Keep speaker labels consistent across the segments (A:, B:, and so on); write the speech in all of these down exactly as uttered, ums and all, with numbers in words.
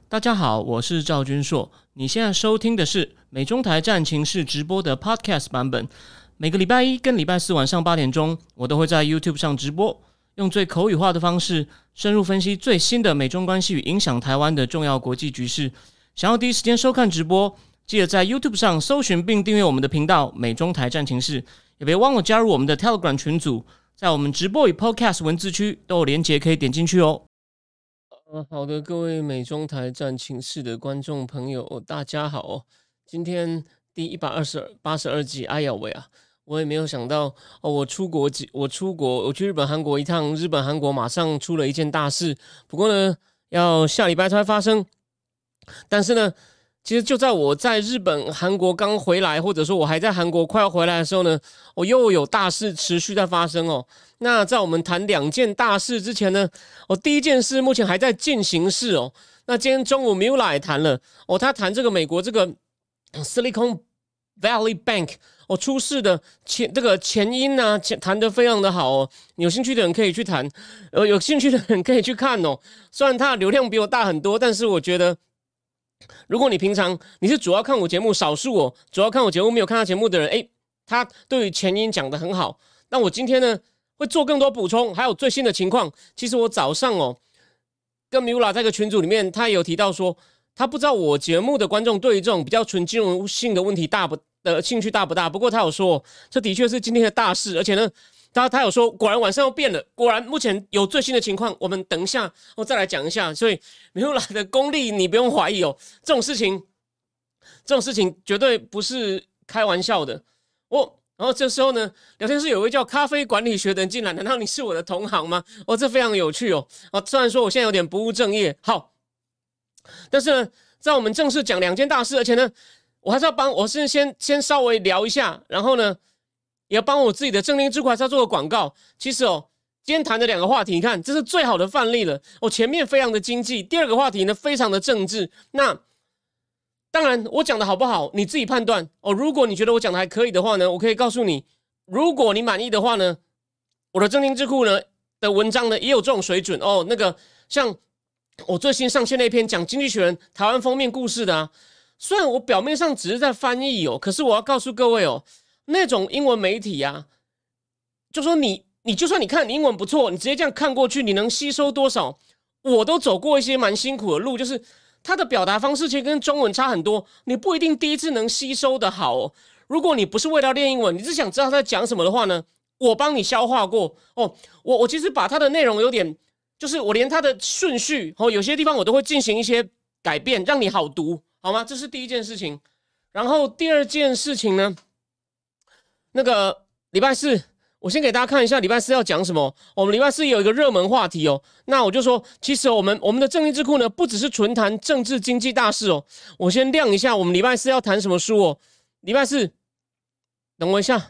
A: 大家好，我是赵君硕。你现在收听的是美中台战情室直播的 Podcast 版本。每个礼拜一跟礼拜四晚上八点钟，我都会在 YouTube 上直播，用最口语化的方式，深入分析最新的美中关系与影响台湾的重要国际局势。想要第一时间收看直播，记得在 YouTube 上搜寻并订阅我们的频道美中台战情室，也别忘了加入我们的 Telegram 群组，在我们直播与 Podcast 文字区都有连结可以点进去哦。呃，好的，各位美中台战情室的观众朋友，大家好哦。今天第一百八十二集，哎呀喂啊，我也没有想到哦，我出国，我出国，我去日本、韩国一趟，日本、韩国马上出了一件大事。不过呢，要下礼拜才会发生。但是呢，其实就在我在日本、韩国刚回来，或者说我还在韩国快要回来的时候呢，我又有大事持续在发生哦。那在我们谈两件大事之前呢，我、哦、第一件事目前还在进行式哦。那今天中午 Mula 也谈了哦，他谈这个美国这个 Silicon Valley Bank 哦出事的前这个前因啊，谈得非常的好哦。有兴趣的人可以去谈，呃，有兴趣的人可以去看哦。虽然它的流量比我大很多，但是我觉得，如果你平常你是主要看我节目，少数哦，主要看我节目没有看他节目的人，诶，他对于前因讲得很好。那我今天呢，会做更多补充，还有最新的情况。其实我早上哦，跟 Mula 在一个群组里面，他也有提到说，他不知道我节目的观众对于这种比较纯金融性的问题大不的兴趣大不大。不过他有说，这的确是今天的大事，而且呢，他他有说，果然晚上又变了，果然目前有最新的情况，我们等一下我再来讲一下。所以 Mula 的功力你不用怀疑哦，这种事情，这种事情绝对不是开玩笑的。我。然后这时候呢，聊天室有一位叫咖啡管理学的人进来，难道你是我的同行吗？哦，这非常有趣哦。哦，虽然说我现在有点不务正业，好，但是呢，在我们正式讲两件大事，而且呢，我还是要帮，我是先先稍微聊一下，然后呢，也要帮我自己的正念智库还是要做个广告。其实哦，今天谈的两个话题，你看，这是最好的范例了。我、哦、前面非常的经济，第二个话题呢，非常的政治。那当然，我讲的好不好，你自己判断哦。如果你觉得我讲的还可以的话呢，我可以告诉你，如果你满意的话呢，我的正念智库呢的文章呢也有这种水准哦。那个像我最新上线那篇讲《经济学人》台湾封面故事的啊，虽然我表面上只是在翻译哦，可是我要告诉各位哦，那种英文媒体啊，就说你你就算你看你英文不错，你直接这样看过去，你能吸收多少？我都走过一些蛮辛苦的路，就是。他的表达方式其实跟中文差很多，你不一定第一次能吸收的好哦。如果你不是为了练英文，你只想知道他在讲什么的话呢，我帮你消化过哦。我我其实把他的内容有点，就是我连他的顺序哦，有些地方我都会进行一些改变，让你好读，好吗？这是第一件事情。然后第二件事情呢，那个礼拜四。我先给大家看一下礼拜四要讲什么。我们礼拜四有一个热门话题哦，那我就说，其实我们我们的正义智库呢，不只是纯谈政治经济大事哦。我先亮一下，我们礼拜四要谈什么书哦？礼拜四，等我一下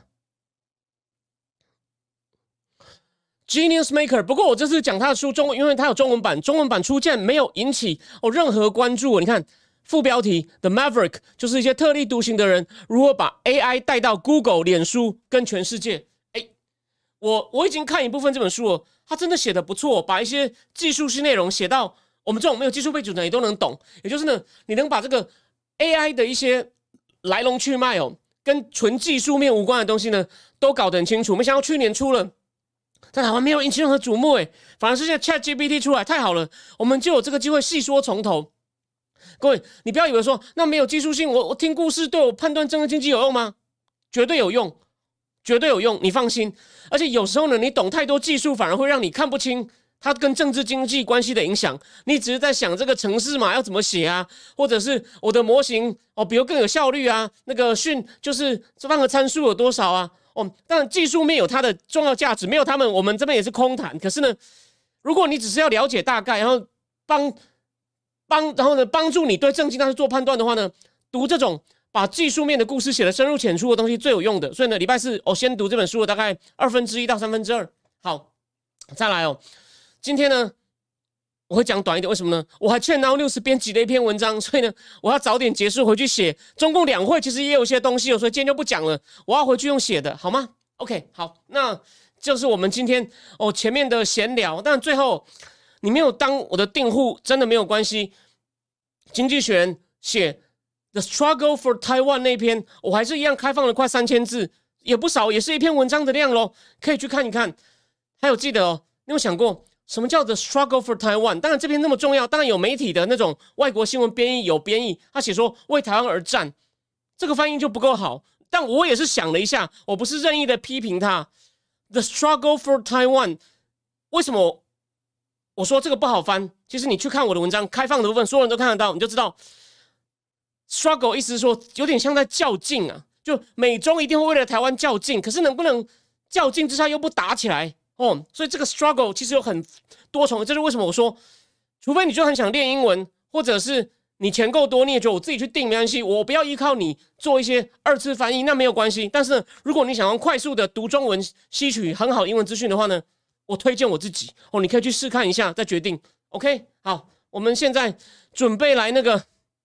A: ，Genius Maker。不过我这次讲他的书中文，因为他有中文版，中文版出现没有引起哦任何关注哦。你看副标题 The Maverick 就是一些特立独行的人如何把 A I 带到 Google、脸书跟全世界。我我已经看一部分这本书了，他真的写得不错，把一些技术性内容写到我们这种没有技术背景的人也都能懂。也就是呢，你能把这个 A I 的一些来龙去脉哦，跟纯技术面无关的东西呢，都搞得很清楚。没想到去年出了，在台湾没有引起任何瞩目，诶，反而是现在 ChatGPT 出来，太好了，我们就有这个机会细说从头。各位，你不要以为说那没有技术性，我我听故事对我判断政治经济有用吗？绝对有用。绝对有用，你放心。而且有时候呢，你懂太多技术，反而会让你看不清它跟政治经济关系的影响。你只是在想这个程式码要怎么写啊，或者是我的模型哦，比如更有效率啊，那个训就是放个参数有多少啊？哦，当然技术面有它的重要价值，没有他们，我们这边也是空谈。可是呢，如果你只是要了解大概，然后帮帮，然后呢帮助你对政经大事做判断的话呢，读这种。把技术面的故事写得深入浅出的东西最有用的，所以呢，礼拜四我、哦、先读这本书的大概二分之一到三分之二。好，再来哦，今天呢我会讲短一点，为什么呢？我还欠 Now News 编辑了一篇文章，所以呢我要早点结束回去写。中共两会其实也有一些东西哦，所以今天就不讲了，我要回去用写的，好吗 ？OK， 好，那就是我们今天哦前面的闲聊，但最后你没有当我的订户真的没有关系。 经济学人写 The Struggle for Taiwan 那篇，我还是一样开放了快三千字，也不少，也是一篇文章的量咯，可以去看一看。还有记得哦，你有想过什么叫 The Struggle for Taiwan？ 当然这篇那么重要，当然有媒体的那种外国新闻编译有编译，他写说为台湾而战，这个翻译就不够好。但我也是想了一下，我不是任意的批评他。The Struggle for Taiwan， 为什么我说这个不好翻？其实你去看我的文章，开放的部分所有人都看得到，你就知道 struggle 意思是说有点像在较劲啊，就美中一定会为了台湾较劲，可是能不能较劲之下又不打起来哦？所以这个 struggle 其实有很多重，这是为什么我说，除非你就很想练英文，或者是你钱够多，你也觉得我自己去订没关系，我不要依靠你做一些二次翻译，那没有关系。但是如果你想要快速的读中文，吸取很好英文资讯的话呢，我推荐我自己哦，你可以去试看一下再决定。OK， 好，我们现在准备来那个，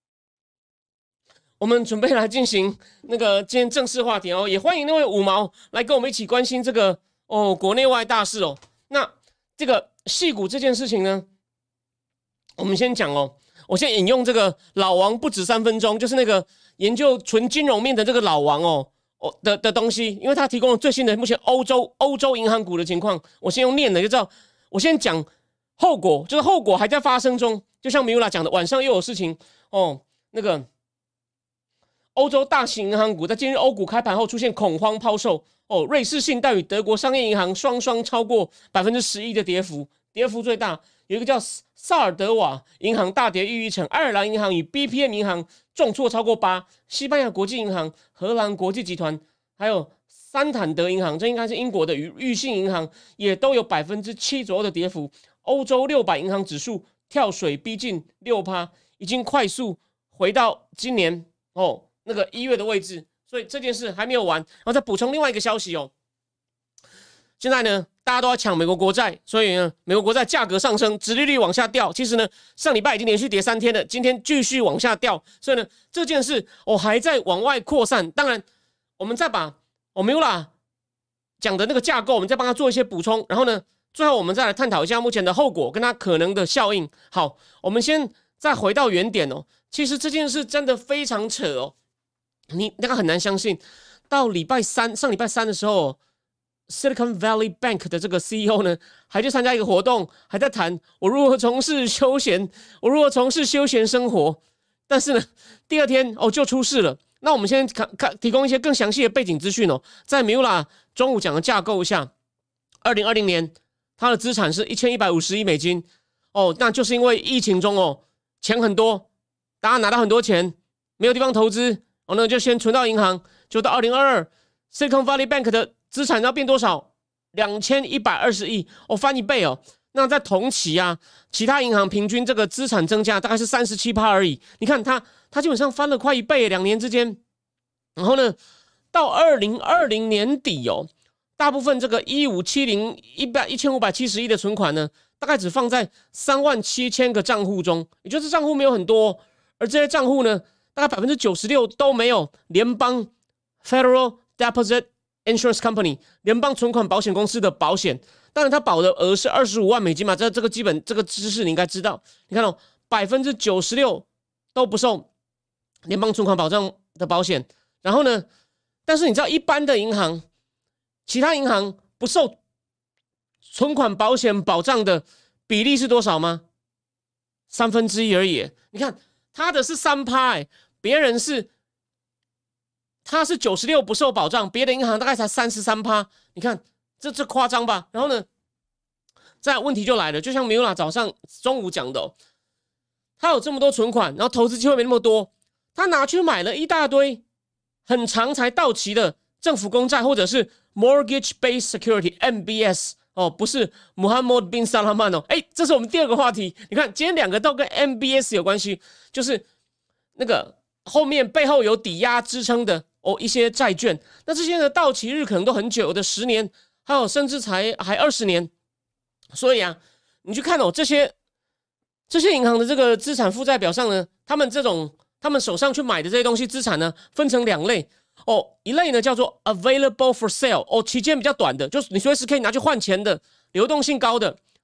A: 我们准备来进行那个今天正式话题哦，也欢迎那位五毛来跟我们一起关心这个哦国内外大事哦。那这个矽谷这件事情呢，我们先讲哦。我先引用这个老王不止三分钟，就是那个研究纯金融面的这个老王哦哦的的东西，因为他提供了最新的目前欧洲欧洲银行股的情况。我先用念的就知道，我先讲后果，就是后果还在发生中。就像米乌拉讲的，晚上又有事情哦。那个欧洲大型银行股在今日欧股开盘后出现恐慌抛售哦，瑞士信贷与德国商业银行双双超过百分之十一的跌幅，跌幅最大。有一个叫萨尔德瓦银行大跌逾一成，爱尔兰银行与 B P M 银行重挫超过八，西班牙国际银行、荷兰国际集团，还有三坦德银行，这应该是英国的与裕信银行也都有百分之七左右的跌幅。欧洲六百银行指数跳水逼近六趴，已经快速回到今年哦那个一月的位置，所以这件事还没有完。然后再补充另外一个消息哦，现在呢，大家都要抢美国国债，所以呢，美国国债价格上升，殖利率往下掉。其实呢，上礼拜已经连续跌三天了，今天继续往下掉。所以呢，这件事我、哦、还在往外扩散。当然，我们再把我没有啦讲的那个架构，我们再帮他做一些补充。然后呢，最后我们再来探讨一下目前的后果跟它可能的效应。好，我们先再回到原点哦。其实这件事真的非常扯哦，你那个很难相信。到礼拜三，上礼拜三的时候。Silicon Valley Bank 的这个 C E O 呢，还去参加一个活动，还在谈我如何从事休闲，我如何从事休闲生活。但是呢，第二天哦就出事了。那我们先看看提供一些更详细的背景资讯哦。在 Miula 中午讲的架构下，二零二零年它的资产是一千一百五十亿美金哦，那就是因为疫情中哦钱很多，大家拿到很多钱，没有地方投资哦，那就先存到银行。就到二零二二 Silicon Valley Bank 的资产要变多少？两千一百二十亿哦，翻一倍哦。那在同期啊，其他银行平均这个资产增加大概是 百分之三十七 而已。你看它，它基本上翻了快一倍，两年之间。然后呢，到二零二零年底哦，大部分这个一五七零一千五百七十亿的存款呢，大概只放在三万七千个账户中，也就是账户没有很多，而这些账户呢，大概 百分之九十六 都没有联邦 Federal Deposit Insurance Company 联邦存款保险公司的保险，当然它保的额是二十五万美金嘛，这这个基本这个知识你应该知道。你看哦 ，百分之九十六 都不受联邦存款保障的保险。然后呢，但是你知道一般的银行，其他银行不受存款保险保障的比例是多少吗？三分之一而已。你看他的是 百分之三， 哎，别人是。他是九十六不受保障，别的银行大概才 百分之三十三， 你看这这夸张吧？然后呢，再问题就来了，就像米拉早上中午讲的、哦，他有这么多存款，然后投资机会没那么多，他拿去买了一大堆很长才到期的政府公债，或者是 mortgage-based security M B S 哦，不是 Muhammad bin Salman 哦，哎，这是我们第二个话题。你看今天两个都跟 M B S 有关系，就是那个后面背后有抵押支撑的。哦，一些债券，那这些的到期日可能都很久，有的十年，还有甚至才还二十年。所以啊，你去看哦，这些这些银行的这个资产负债表上呢，他们这种他们手上去买的这些东西资产呢，分成两类哦，一类呢叫做 available for sale， 哦，期间比较短的，就是你随时可以拿去换钱的，流动性高的。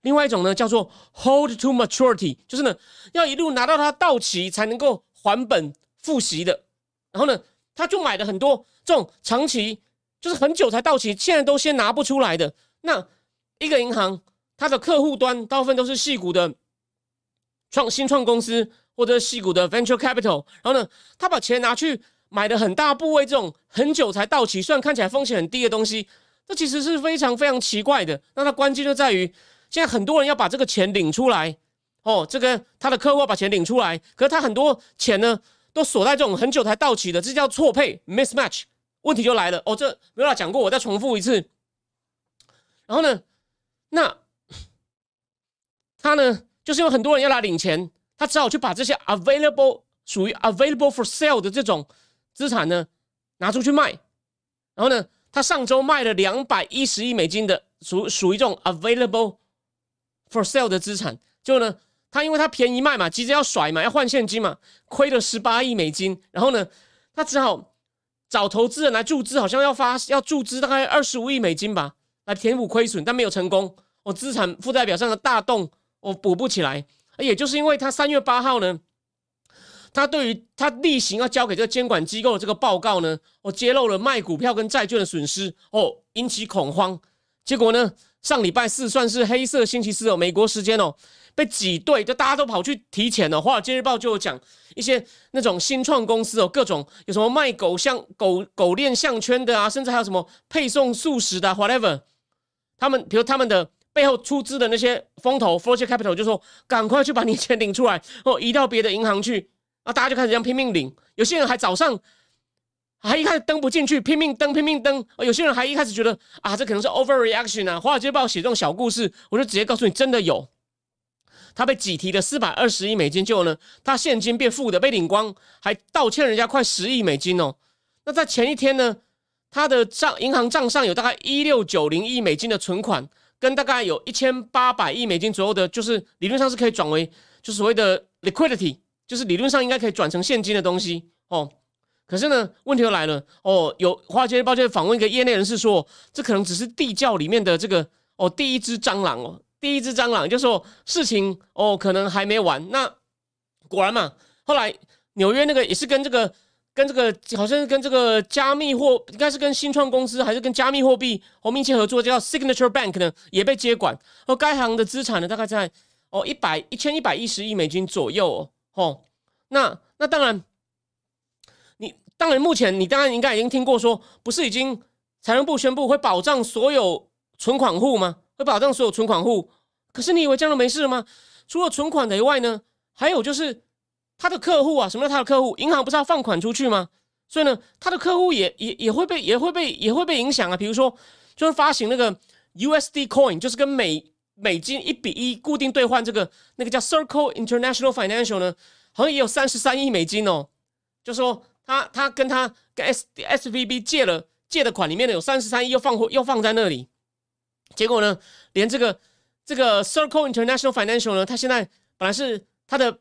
B: 另外一种呢叫做 hold to maturity， 就是呢要一路拿到它到期才能够还本付息的。然后呢，他就买了很多这种长期，就是很久才到期，现在都先拿不出来的。那一个银行，它的客户端大部分都是矽谷的创新创公司或者矽谷的 venture capital， 然后呢，他把钱拿去买了很大部位这种很久才到期，虽然看起来风险很低的东西，这其实是非常非常奇怪的。那它关键就在于，现在很多人要把这个钱领出来，哦，这个他的客户要把钱领出来，可是他很多钱呢都锁在这种很久才到期的，这叫错配 mismatch。问题就来了，哦，这没有讲过，我再重复一次。然后呢，那他呢，就是有很多人要来领钱，他只好去把这些 available 属于 available for sale 的这种资产呢拿出去卖。然后呢，他上周卖了两百一十亿美金的属属于这种 available for sale 的资产，就呢，他因为他便宜卖嘛，急着要甩嘛，要换现金嘛，亏了十八亿美金。然后呢，他只好找投资人来注资，好像要发要注资大概二十五亿美金吧，来填补亏损，但没有成功。哦，资产负债表上的大洞我、哦、补不起来。也就是因为他三月八号呢，他对于他例行要交给这个监管机构的这个报告呢，哦，揭露了卖股票跟债券的损失，哦，引起恐慌。结果呢，上礼拜四算是黑色星期四哦，美国时间哦，被挤兑，就大家都跑去提钱哦。华尔街日报就有讲一些那种新创公司哦，各种有什么卖狗项狗狗链项圈的啊，甚至还有什么配送速食的、啊、whatever。他们比如他们的背后出资的那些风投 ，Fortune Capital 就说赶快去把你钱领出来哦，移到别的银行去。啊，大家就开始这样拼命领，有些人还早上还一开始登不进去，拼命登拼命登、哦、有些人还一开始觉得啊，这可能是 overreaction 啊。华尔街日报写这种小故事，我就直接告诉你，真的有。他被挤提了四百二十亿美金，结果呢，他现金变负的，被领光，还倒欠人家快十亿美金哦。那在前一天呢，他的账银行账上有大概一六九零亿美金的存款，跟大概有一千八百亿美金左右的，就是理论上是可以转为就所谓的 liquidity。就是理论上应该可以转成现金的东西哦，可是呢，问题又来了哦。有华尔街日报就访问一个业内人士说，这可能只是地窖里面的这个哦第一只蟑螂哦，第一只蟑螂，就说事情哦可能还没完。那果然嘛，后来纽约那个也是跟这个跟这个好像是跟这个加密货，应该是跟新创公司还是跟加密货币哦密切合作，叫 Signature Bank 呢也被接管，哦，该行的资产呢大概在哦一百一千一百一十亿美金左右哦。哦，那那当然，你当然目前你当然应该已经听过说，不是已经财政部宣布会保障所有存款户吗？会保障所有存款户。可是你以为这样就没事了吗？除了存款的以外呢，还有就是他的客户啊，什么叫他的客户？银行不是要放款出去吗？所以呢，他的客户也也也会被也会被也会被影响啊。比如说，就是发行那个 U S D coin， 就是跟美。美金一比一固定兑换，这个那个叫 Circle International Financial 呢，好像也有三十三亿美金哦。就说他他跟他跟 S S V B 借了借的款里面呢有三十三亿又放又放在那里，结果呢，连这个这个 Circle International Financial 呢，它现在本来是它的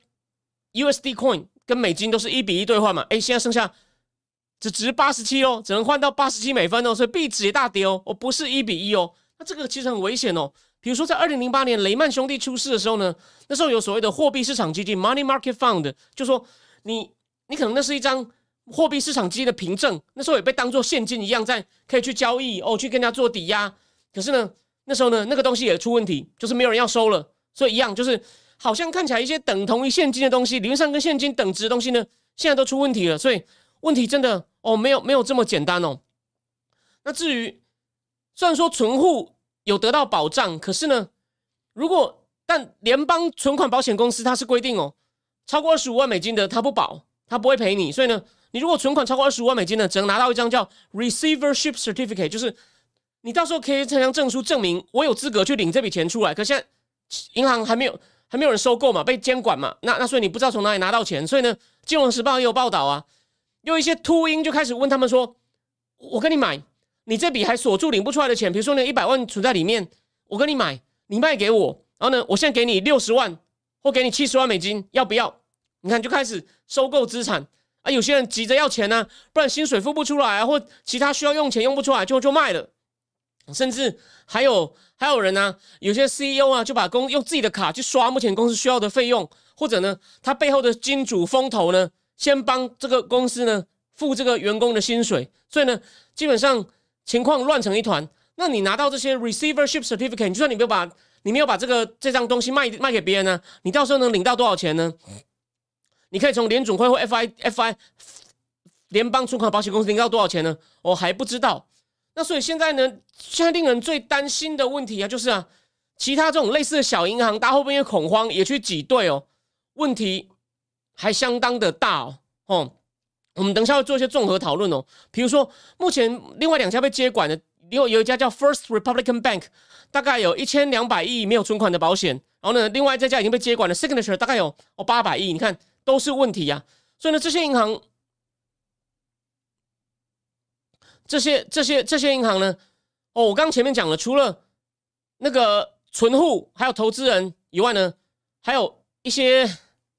B: U S D coin 跟美金都是一比一兑换嘛，哎，现在剩下只值八十七哦，只能换到八十七美分哦，所以币值也大跌哦，哦不是一比一哦，那这个其实很危险哦。比如说，在二零零八年雷曼兄弟出事的时候呢，那时候有所谓的货币市场基金 （Money Market Fund）， 就说你你可能那是一张货币市场基金的凭证，那时候也被当作现金一样，在可以去交易哦，去跟人家做抵押。可是呢，那时候呢，那个东西也出问题，就是没有人要收了，所以一样就是好像看起来一些等同于现金的东西，理论上跟现金等值的东西呢，现在都出问题了。所以问题真的哦，没有没有这么简单哦。那至于虽然说存户有得到保障，可是呢，如果但联邦存款保险公司它是规定哦，超过二十五万美金的它不保，它不会赔你。所以呢，你如果存款超过二十五万美金呢，只能拿到一张叫 receivership certificate， 就是你到时候可以这张证书证明我有资格去领这笔钱出来。可现在银行还没有还没有人收购嘛，被监管嘛，那那所以你不知道从哪里拿到钱。所以呢，金融时报也有报道啊，有一些秃鹰就开始问他们说，我跟你买。你这笔还锁住领不出来的钱，比如说你有一百万存在里面，我跟你买，你卖给我，然后呢，我现在给你六十万或给你七十万美金，要不要？你看就开始收购资产啊，有些人急着要钱啊，不然薪水付不出来啊，或其他需要用钱用不出来就就卖了，甚至还有还有人啊，有些 C E O 啊，就把公用自己的卡去刷目前公司需要的费用，或者呢，他背后的金主风投呢，先帮这个公司呢付这个员工的薪水，所以呢，基本上情况乱成一团。那你拿到这些 receivership certificate， 就算你没有把你没有把这个这张东西卖卖给别人呢，你到时候能领到多少钱呢？你可以从联准会或 F I F I 联邦存款保险公司领到多少钱呢？我还不知道。那所以现在呢，现在令人最担心的问题啊，就是啊，其他这种类似的小银行，大家会不会因为恐慌也去挤兑哦？问题还相当的大哦。哦，我们等一下会做一些综合讨论哦。比如说，目前另外两家被接管的，有有一家叫 First Republican Bank， 大概有一千两百亿没有存款的保险，然后呢，另外这家已经被接管了 Signature， 大概有哦八百亿，你看都是问题啊。所以呢，这些银行。这些这些这些银行呢？哦，我刚刚前面讲了，除了那个存户还有投资人以外呢，还有一些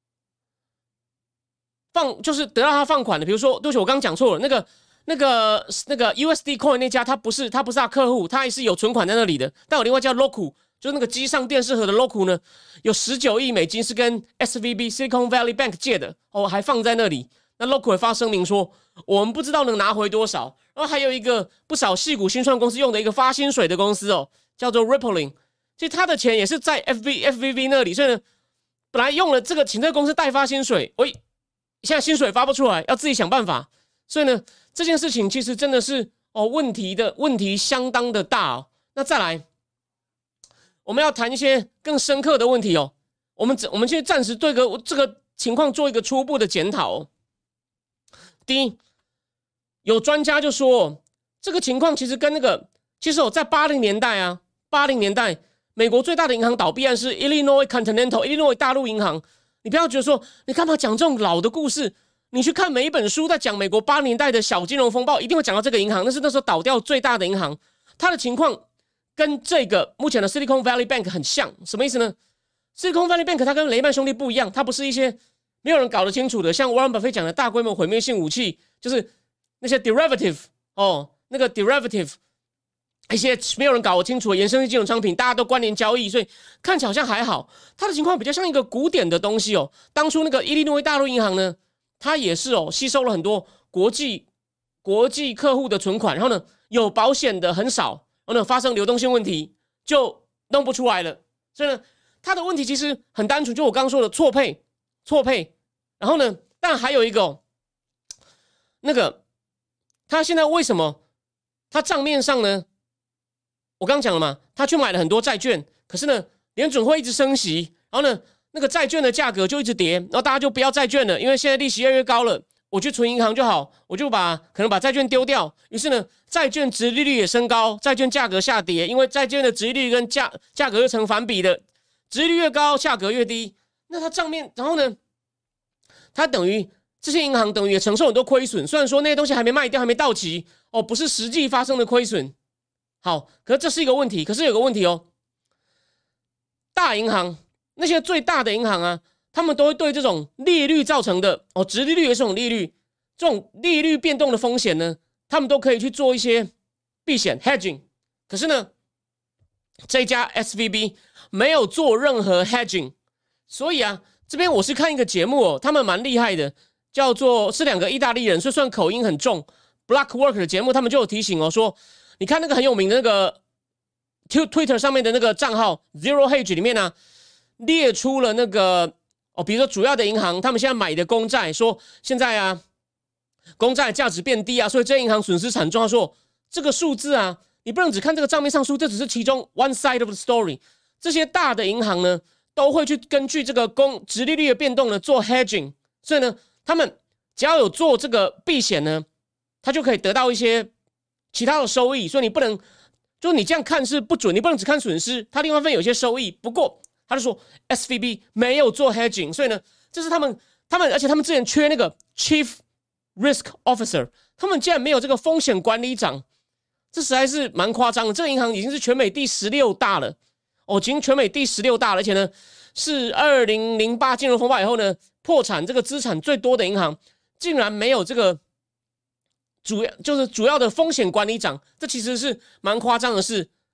B: 放就是得到他放款的，比如说，对不起，我刚刚讲错了，那个那个那个 U S D Coin 那家，他不是他不是他客户，他也是有存款在那里的。但有另外叫 Roku， 就是那个机上电视盒的 Roku 呢，有十九亿美金是跟 S V B Silicon Valley Bank 借的，哦，还放在那里。那 Roku 也发声明说，我们不知道能拿回多少。然后还有一个不少矽谷新创公司用的一个发薪水的公司哦，叫做 Rippling， 其实他的钱也是在 F V F V V 那里，所以呢，本来用了这个请这个公司代发薪水，喂，现在薪水发不出来，要自己想办法。所以呢，这件事情其实真的是哦，问题的问题相当的大哦。那再来，我们要谈一些更深刻的问题哦。我们我们现在暂时对个这个情况做一个初步的检讨哦。第一，有专家就说，这个情况其实跟那个，其实我在八零年代啊，八零年代美国最大的银行倒闭案是 Illinois Continental，Illinois 大陆银行。你不要觉得说，你干嘛讲这种老的故事？你去看每一本书在讲美国八零年代的小金融风暴，一定会讲到这个银行，那是那时候倒掉最大的银行。它的情况跟这个目前的 Silicon Valley Bank 很像，什么意思呢？ Silicon Valley Bank 它跟雷曼兄弟不一样，它不是一些没有人搞得清楚的，像 Warren Buffett 讲的大规模毁灭性武器，就是那些 derivative 哦，那个 derivative 一些没有人搞得清楚的衍生性金融商品，大家都关联交易，所以看起来好像还好。它的情况比较像一个古典的东西哦。当初那个伊利诺伊大陆银行呢，它也是哦，吸收了很多国际国际客户的存款，然后呢有保险的很少，然后呢发生流动性问题就弄不出来了。所以呢，它的问题其实很单纯，就我刚刚说的错配。错配，然后呢？但还有一个、哦，那个他现在为什么他账面上呢？我刚刚讲了嘛，他去买了很多债券，可是呢，联准会一直升息，然后呢，那个债券的价格就一直跌，然后大家就不要债券了，因为现在利息越来越高了，我去存银行就好，我就把可能把债券丢掉。于是呢，债券殖利率也升高，债券价格下跌，因为债券的殖利率跟价价格是成反比的，殖利率越高，价格越低。那它账面，然后呢，它等于这些银行等于也承受很多亏损，虽然说那些东西还没卖掉，还没到期哦，不是实际发生的亏损。好，可是这是一个问题，可是有个问题哦，大银行那些最大的银行啊，他们都会对这种利率造成的哦，殖利率也是种利率，这种利率变动的风险呢，他们都可以去做一些避险 hedging。可是呢，这家 S V B 没有做任何 hedging。所以啊，这边我是看一个节目哦，他们蛮厉害的，叫做是两个意大利人，所以算口音很重 ，Blockwork 的节目，他们就有提醒哦，说你看那个很有名的那个 Twitter 上面的那个账号 Zero Hedge 里面呢、啊，列出了那个哦，比如说主要的银行，他们现在买的公债，说现在啊，公债价值变低啊，所以这些银行损失惨重。他说这个数字啊，你不能只看这个账面上数，这只是其中 one side of the story。这些大的银行呢，都会去根据这个公殖利率的变动呢做 hedging， 所以呢，他们只要有做这个避险呢，他就可以得到一些其他的收益。所以你不能，就是你这样看是不准，你不能只看损失，它另外一份有些收益。不过他就说 S V B 没有做 hedging， 所以呢，这是他们他们，而且他们之前缺那个 Chief Risk Officer， 他们竟然没有这个风险管理长，这实在是蛮夸张的。这个银行已经是全美第十六大了。哦，已经全美第十六大了，而且呢是二零零八金融风暴以后呢破产这个资产最多的银行，竟然没有这个主要就是主要的风险管理长，这其实是蛮夸张的事。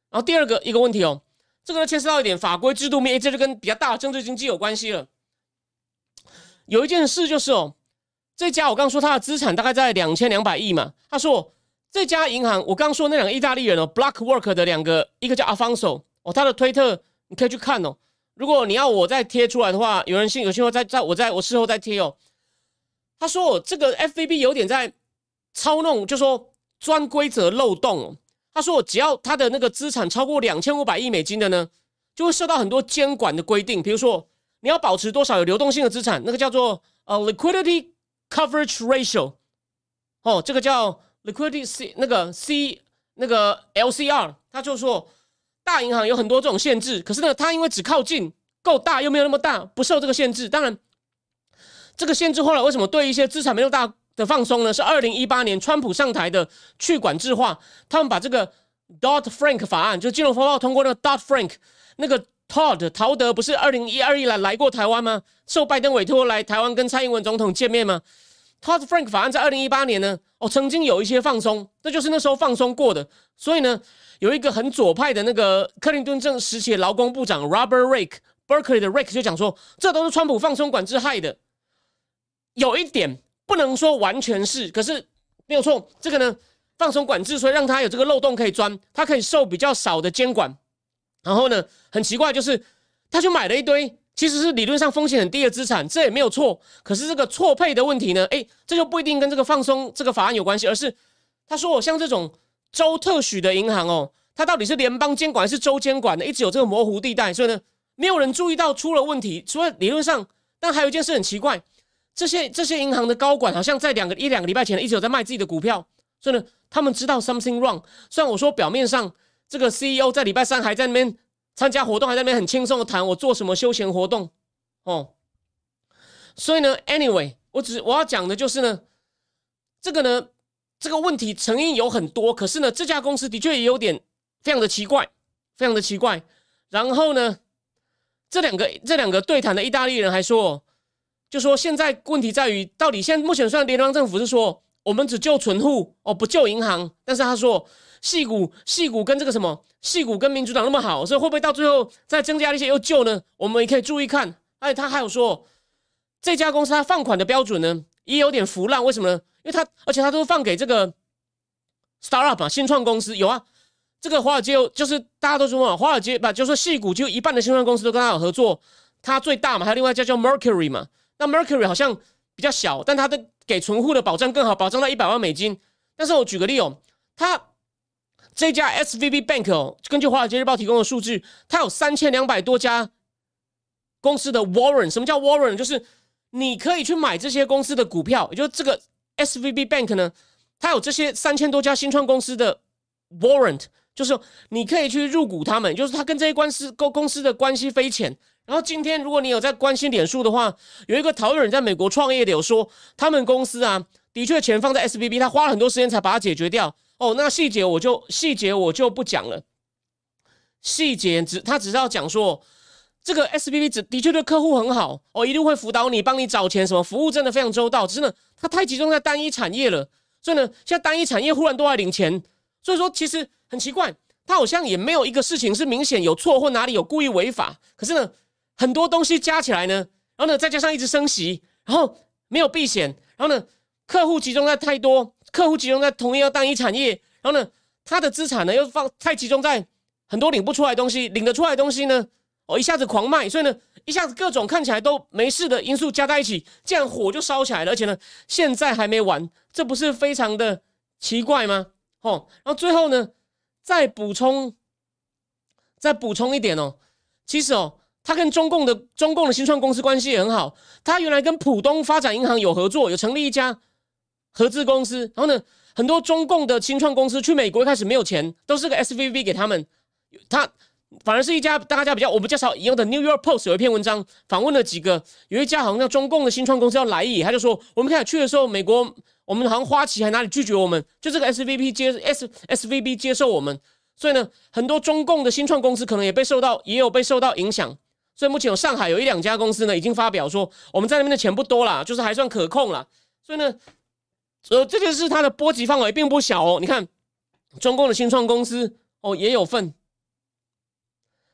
B: 然后第二个一个问题哦，这个牵涉到一点法规制度面，这就跟比较大的政治经济有关系了。有一件事就是哦，这家我刚刚说他的资产大概在两千两百亿嘛，他说这家银行我刚刚说那两个意大利人哦 ，Blockwork 的两个，一个叫 Afonso 哦，他的推特你可以去看哦。如果你要我再贴出来的话，有人信有信后再再我再我事后再贴哦。他说、哦、这个 F V B 有点在操弄，就说钻规则漏洞哦。他说只要他的那个资产超过两千五百亿美金的呢，就会受到很多监管的规定，比如说你要保持多少有流动性的资产，那个叫做呃 liquidity coverage ratio， 哦，这个叫 liquidity C 那个 C 那个 L C R， 他就说大银行有很多这种限制，可是呢，它因为只靠近够大又没有那么大，不受这个限制。当然，这个限制后来为什么对一些资产没有大的放松呢？是二零一八年川普上台的去管制化，他们把这个 Dodd-Frank 法案，就金融风暴通过那个 Dodd-Frank 那个 Todd 陶德不是二零一二来来过台湾吗？受拜登委托来台湾跟蔡英文总统见面吗？ Dodd-Frank 法案在二零一八年呢，哦，曾经有一些放松，这就是那时候放松过的。所以呢，有一个很左派的那个克林顿政时期的劳工部长 Robert Rake，Berkeley 的 Rake 就讲说，这都是川普放松管制害的。有一点不能说完全是，可是没有错，这个呢放松管制，所以让他有这个漏洞可以钻，他可以受比较少的监管。然后呢，很奇怪就是他就买了一堆其实是理论上风险很低的资产，这也没有错。可是这个错配的问题呢，哎，这就不一定跟这个放松这个法案有关系，而是他说我像这种州特许的银行哦，它到底是联邦监管还是州监管的，一直有这个模糊地带，所以呢，没有人注意到出了问题。除了理论上，但还有一件事很奇怪，这些这些银行的高管好像在两个一两个礼拜前一直有在卖自己的股票，所以呢，他们知道 something wrong。虽然我说表面上这个 C E O 在礼拜三还在那边参加活动，还在那边很轻松的谈我做什么休闲活动哦。所以呢 ，anyway， 我只我要讲的就是呢，这个呢，这个问题成因有很多，可是呢，这家公司的确也有点非常的奇怪，非常的奇怪。然后呢，这两个这两个对谈的意大利人还说，就说现在问题在于，到底现在目前虽然联邦政府是说我们只救存户哦，不救银行，但是他说矽谷矽谷跟这个什么矽谷跟民主党那么好，所以会不会到最后再增加一些又救呢？我们也可以注意看。而且他还有说，这家公司他放款的标准呢也有点腐烂，为什么呢？因为他而且他都放给这个 startup 啊，新创公司有啊。这个华尔街就是大家都说嘛，华尔街吧，就是说矽谷就一半的新创公司都跟他有合作，他最大嘛，还有另外一家叫 Mercury 嘛。那 Mercury 好像比较小，但他的给存户的保障更好，保障到一百万美金。但是我举个例哦，他这家 S V B Bank 哦，根据华尔街日报提供的数据，它有三千两百多家公司的 warrant。什么叫 warrant？ 就是你可以去买这些公司的股票，也就是这个 S V B Bank 呢，它有这些三千多家新创公司的 warrant， 就是你可以去入股他们，就是它跟这些公司公司的关系匪浅。然后今天如果你有在关心脸书的话，有一个桃园人在美国创业的有说，他们公司啊，的确钱放在 S V B， 他花了很多时间才把它解决掉。哦，那细节我就细节我就不讲了。细节只他只是要讲说，这个 S V B 只的确对客户很好哦，一定会辅导你，帮你找钱，什么服务真的非常周到。只是呢，它太集中在单一产业了，所以呢，现在单一产业忽然都在领钱，所以说其实很奇怪，他好像也没有一个事情是明显有错或哪里有故意违法，可是呢，很多东西加起来呢，然后呢，再加上一直升息，然后没有避险，然后呢，客户集中在太多。客户集中在同一个单一产业，然后呢，他的资产呢又放太集中在很多领不出来的东西，领得出来的东西呢，哦一下子狂卖，所以呢，一下子各种看起来都没事的因素加在一起，这样火就烧起来了，而且呢，现在还没完，这不是非常的奇怪吗？哦，然后最后呢，再补充，再补充一点哦，其实哦，他跟中共的中共的新创公司关系也很好，他原来跟浦东发展银行有合作，有成立一家合资公司，然后呢，很多中共的新创公司去美国一开始没有钱，都是个 S V B 给他们，他反而是一家大家比较我们比较少引用的 New York Post 有一篇文章访问了几个，有一家好像叫中共的新创公司叫来意，他就说我们开始去的时候，美国我们好像花旗还哪里拒绝我们，就这个 S V B 接 S SVB 接受我们，所以呢，很多中共的新创公司可能也被受到也有被受到影响，所以目前有上海有一两家公司呢已经发表说我们在那边的钱不多啦，就是还算可控啦，所以呢。呃，这件事它的波及范围并不小哦。你看，中共的新创公司哦也有份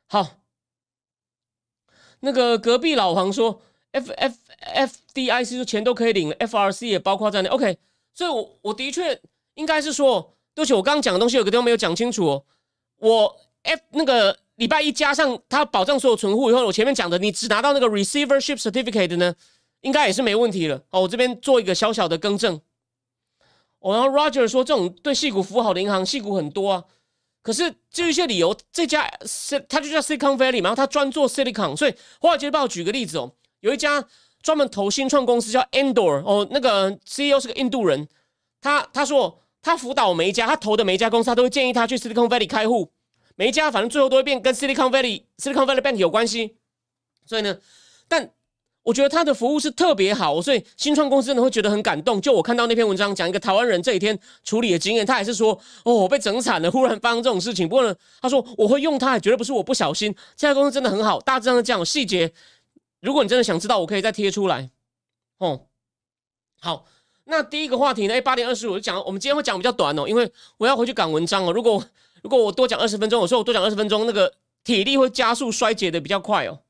B: 好，那个隔壁老黄说 F F F D I C 说钱都可以领了 ，F R C 也包括在内。OK， 所以我我的确应该是说，对不起，我刚刚讲的东西有个地方没有讲清楚哦。我 F 那个礼拜一加上它保障所有存户以后，我前面讲的，你只拿到那个 receivership certificate 呢，应该也是没问题了。哦，我这边做一个小小的更正。哦，然后 Roger 说，这种对矽谷服务好的银行，矽谷很多啊。可是基于一些理由，这家它就叫 Silicon Valley 嘛，然后它专做 Silicon， 所以华尔街日报举个例子哦，有一家专门投新创公司叫 Endor， 哦，那个 C E O 是个印度人，他他说他辅导每一家，他投的每一家公司，他都会建议他去 Silicon Valley 开户，每一家反正最后都会变跟 Silicon Valley Silicon Valley Bank 有关系，所以呢，但我觉得他的服务是特别好，所以新创公司真的会觉得很感动。就我看到那篇文章讲一个台湾人这几天处理的经验，他还是说：“哦，我被整惨了，忽然发生这种事情。”不过呢，他说我会用它，绝对不是我不小心。这家公司真的很好，大致上是这样。细节，如果你真的想知道，我可以再贴出来。哦，好，那第一个话题呢？哎，八点二十五就讲，我们今天会讲比较短哦，因为我要回去赶文章哦。如果如果我多讲二十分钟，我说我多讲二十分钟，那个体力会加速衰竭的比较快哦。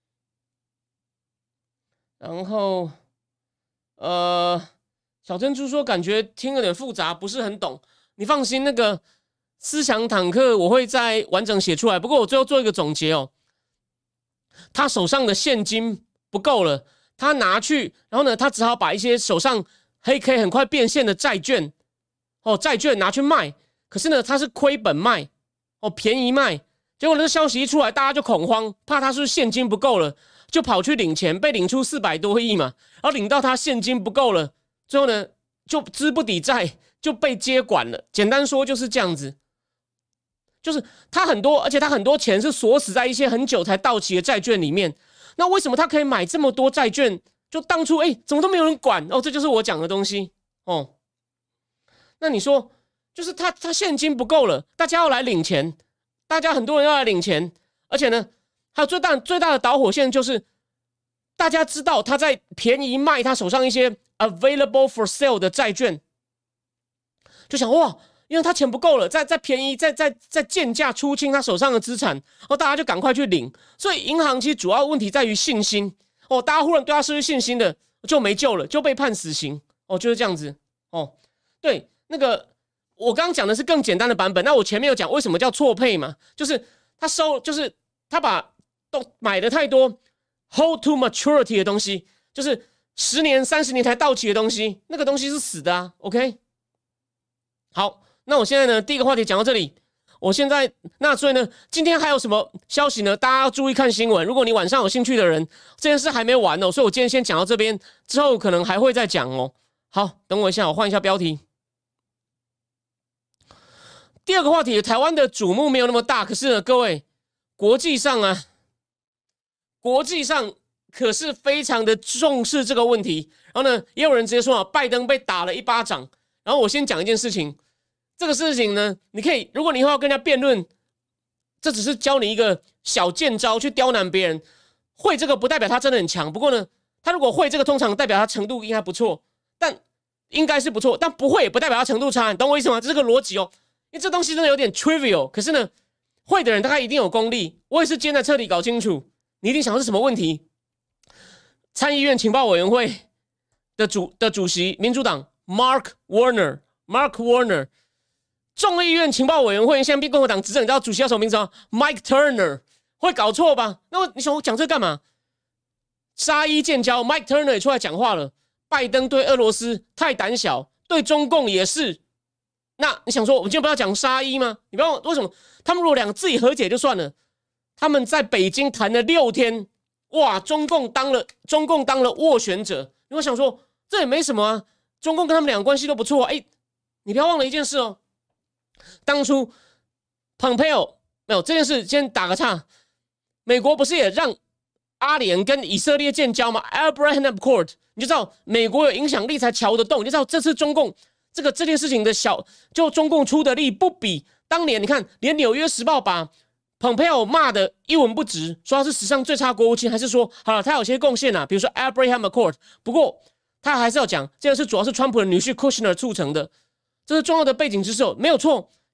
B: 然后，呃，小珍珠说感觉听有点复杂，不是很懂。你放心，那个思想坦克我会再完整写出来。不过我最后做一个总结哦，他手上的现金不够了，他拿去，然后呢，他只好把一些手上还可以很快变现的债券，哦，债券拿去卖。可是呢，他是亏本卖，哦，便宜卖。结果这消息一出来，大家就恐慌，怕他是不是现金不够了。就跑去领钱，被领出四百多亿嘛，然后领到他现金不够了，最后呢就资不抵债，就被接管了。简单说就是这样子，就是他很多，而且他很多钱是锁死在一些很久才到期的债券里面。那为什么他可以买这么多债券？就当初哎，怎么都没有人管哦，这就是我讲的东西哦。那你说，就是他他现金不够了，大家要来领钱，大家很多人要来领钱，而且呢。还有最大最大的导火线就是，大家知道他在便宜卖他手上一些 available for sale 的债券，就想哇，因为他钱不够了，再再便宜，再再再贱价出清他手上的资产，然后大家就赶快去领。所以银行其实主要问题在于信心哦，大家忽然对他失去信心的就没救了，就被判死刑哦，就是这样子哦。对，那个我刚刚讲的是更简单的版本，那我前面有讲为什么叫错配嘛，就是他收，就是他把都买的太多 hold to maturity 的东西，就是十年、三十年才到期的东西，那个东西是死的啊。OK， 好，那我现在呢，第一个话题讲到这里。我现在那所以呢，今天还有什么消息呢？大家要注意看新闻。如果你晚上有兴趣的人，这件事还没完哦，所以我今天先讲到这边，之后可能还会再讲哦。好，等我一下，我换一下标题。第二个话题，台湾的瞩目没有那么大，可是呢，各位，国际上啊。国际上可是非常的重视这个问题，然后呢，也有人直接说啊，拜登被打了一巴掌。然后我先讲一件事情，这个事情呢，你可以，如果你以后要跟人家辩论，这只是教你一个小剑招去刁难别人，会这个不代表他真的很强。不过呢，他如果会这个，通常代表他程度应该不错，但应该是不错，但不会也不代表他程度差，你懂我意思吗？这是个逻辑哦，因为这东西真的有点 trivial， 可是呢，会的人大概一定有功力。我也是今天才彻底搞清楚。你一定想是什么问题？参议院情报委员会的主的主席，民主党 Mark Warner，Mark Warner， 众议院情报委员会现在变共和党执政，你知道主席叫什么名字吗 ？Mike Turner， 会搞错吧？那我你想我讲这干嘛？沙伊建交 ，Mike Turner 也出来讲话了。拜登对俄罗斯太胆小，对中共也是。那你想说，我们今天不要讲沙伊吗？你不要为什么？他们如果两个自己和解就算了。他们在北京谈了六天，哇！中共当了中共当了斡旋者，你会想说这也没什么啊，中共跟他们两个关系都不错啊。哎，你不要忘了一件事哦，当初 Pompeo 没有这件事，先打个岔。美国不是也让阿联跟以色列建交吗 ？Abraham Accord， 你就知道美国有影响力才瞧得动，你就知道这次中共这个这件事情的小，就中共出的力不比当年。你看，连《纽约时报》把Pompeo 骂的一文不值，说他是史上最差国务卿，还是说好了他有些贡献啊，比如说 Abraham Accord， 不过他还是要讲，这件事主要是川普的女婿 Kushner 促成的，这是重要的背景知识哦，没有错。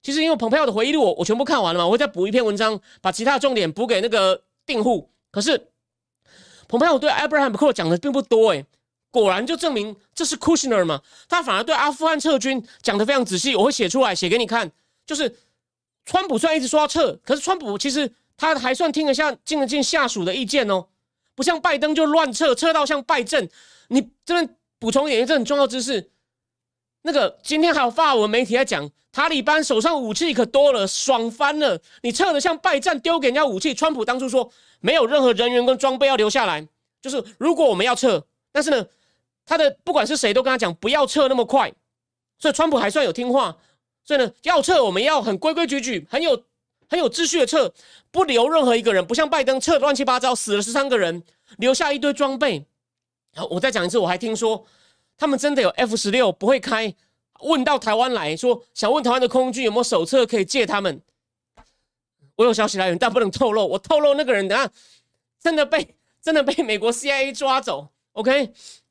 B: 其实因为蓬佩奥的回忆录我我全部看完了嘛，我会再补一篇文章，把其他的重点补给那个订户。可是蓬佩奥对 Abraham McCord 讲的并不多诶，果然就证明这是 Kushner 嘛，他反而对阿富汗撤军讲的非常仔细，我会写出来写给你看。就是川普虽然一直说要撤，可是川普其实他还算听得下进得进下属的意见哦，不像拜登就乱撤，撤到像拜登。你这边补充一点，这很重要知识。那个今天还有法文媒体在讲，塔利班手上武器可多了，爽翻了。你撤的像拜占，丢给人家武器。川普当初说没有任何人员跟装备要留下来，就是如果我们要撤，但是呢，他的不管是谁都跟他讲不要撤那么快，所以川普还算有听话。所以呢，要撤我们要很规规矩矩，很有很有秩序的撤，不留任何一个人，不像拜登撤乱七八糟，死了十三个人，留下一堆装备。好，我再讲一次，我还听说他们真的有 F 十六 不会开，问到台湾来说想问台湾的空军有没有手册可以借他们。我有消息来源，但不能透露。我透露那个人，等下真的被真的被美国 C I A 抓走。OK，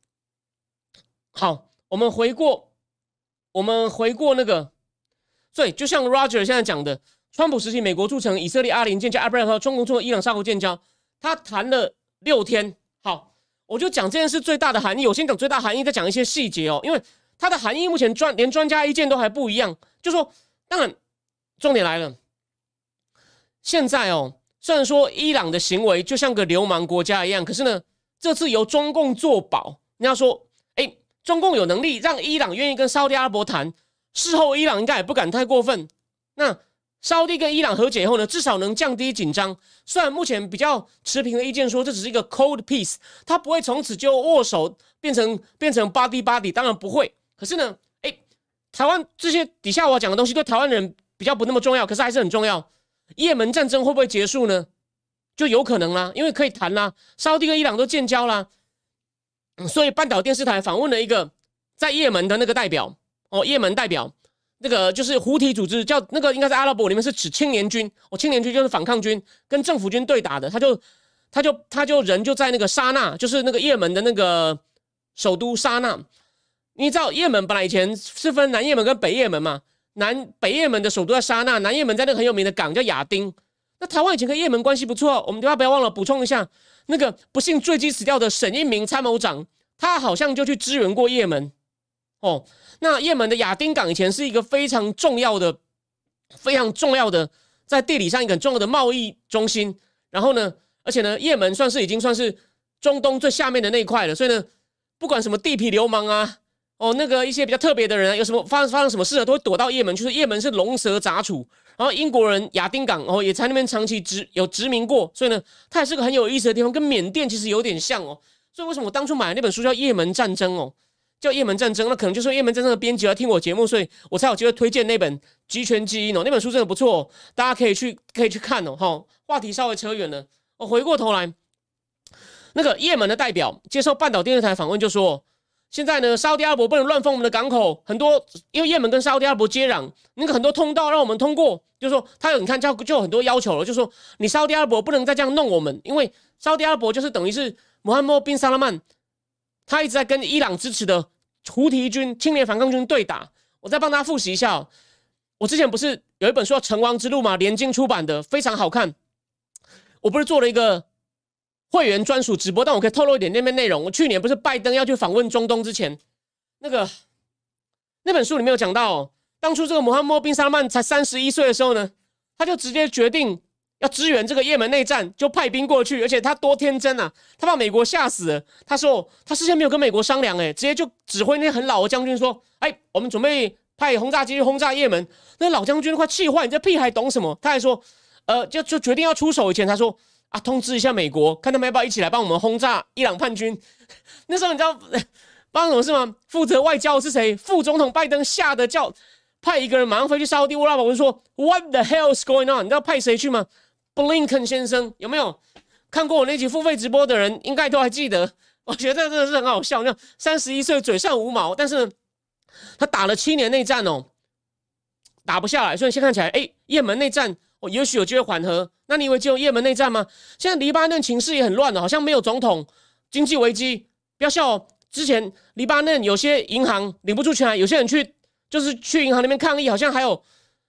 B: 好，我们回过我们回过那个。所以，就像 Roger 现在讲的，川普时期美国促成以色列阿联建交，阿布拉罕中共促成伊朗沙国建交，他谈了六天。好，我就讲这件事最大的含义。我先讲最大含义，再讲一些细节哦，因为它的含义目前专连专家意见都还不一样。就说，当然，重点来了，现在哦，虽然说伊朗的行为就像个流氓国家一样，可是呢，这次由中共作保，人家说，哎，中共有能力让伊朗愿意跟沙特阿拉伯谈。事后伊朗应该也不敢太过分。那沙特跟伊朗和解后呢，至少能降低紧张。虽然目前比较持平的意见说这只是一个 cold peace， 它不会从此就握手变成变成 body body， 当然不会。可是呢，哎，台湾这些底下我讲的东西对台湾人比较不那么重要，可是还是很重要。也门战争会不会结束呢？就有可能啦，因为可以谈啦，沙特跟伊朗都建交啦。嗯、所以半岛电视台访问了一个在也门的那个代表。哦，也门代表那个就是胡提组织，叫那个应该在阿拉伯里面是指青年军。哦，青年军就是反抗军，跟政府军对打的。他就他就他就人就在那个沙那，就是那个也门的那个首都沙那。你知道也门本来以前是分南也门跟北也门嘛？南北也门的首都在沙那，南也门在那个很有名的港叫亚丁。那台湾以前跟也门关系不错，我们大家不要忘了补充一下，那个不幸坠机死掉的沈一鸣参谋长，他好像就去支援过也门。哦。那也门的亚丁港以前是一个非常重要的、非常重要的，在地理上一个很重要的贸易中心。然后呢，而且呢，也门算是已经算是中东最下面的那一块了。所以呢，不管什么地痞流氓啊，哦，那个一些比较特别的人啊，有什么发生发生什么事啊，都会躲到也门去。也门是龙蛇杂处。然后英国人亚丁港哦也在那边长期殖有殖民过，所以呢，它也是个很有意思的地方，跟缅甸其实有点像哦。所以为什么我当初买的那本书叫《也门战争》哦？叫也门战争，那可能就是也门战争的编辑来听我节目，所以我才有机会推荐那本《集权基因》哦。那本书真的不错、哦，大家可以去可以去看哦。哈，话题稍微扯远了，我回过头来，那个也门的代表接受半岛电视台访问就说，现在呢，沙特阿拉伯不能乱封我们的港口，很多因为也门跟沙特阿拉伯接壤，那个很多通道让我们通过，就是说他有你看就就有很多要求了，就是说你沙特阿拉伯不能再这样弄我们，因为沙特阿拉伯就是等于是穆罕默德 bin 萨拉曼，他一直在跟伊朗支持的胡提军、青年反抗军对打。我再帮大家复习一下、哦，我之前不是有一本书叫《成王之路》吗？联经出版的，非常好看。我不是做了一个会员专属直播，但我可以透露一点那边内容。我去年不是拜登要去访问中东之前，那个那本书里面有讲到、哦，当初这个穆罕默德 bin 萨拉曼才三十一岁的时候呢，他就直接决定要支援这个也门内战，就派兵过去，而且他多天真啊，他把美国吓死了。他说他事先没有跟美国商量，哎，直接就指挥那些很老的将军说，哎，我们准备派轰炸机去轰炸也门。那老将军都快气坏，你这屁孩懂什么？他还说，呃，就就决定要出手以前，他说啊，通知一下美国，看他们要不要一起来帮我们轰炸伊朗叛军。那时候你知道发生什么事吗？负责外交是谁？副总统拜登吓得叫派一个人马上飞去沙特阿拉伯，我就说 What the hell is going on？ 你知道派谁去吗？Blinken 先生有没有看过我那集付费直播的人，应该都还记得。我觉得这真的是很好笑。那三十一岁嘴上无毛，但是呢，他打了七年内战哦，打不下来。所以现在看起来，哎，也门内战哦，也许有机会缓和。那你以为只有也门内战吗？现在黎巴嫩情势也很乱了，好像没有总统，经济危机。不要笑哦，之前黎巴嫩有些银行领不出钱来，有些人去就是去银行那边抗议，好像还有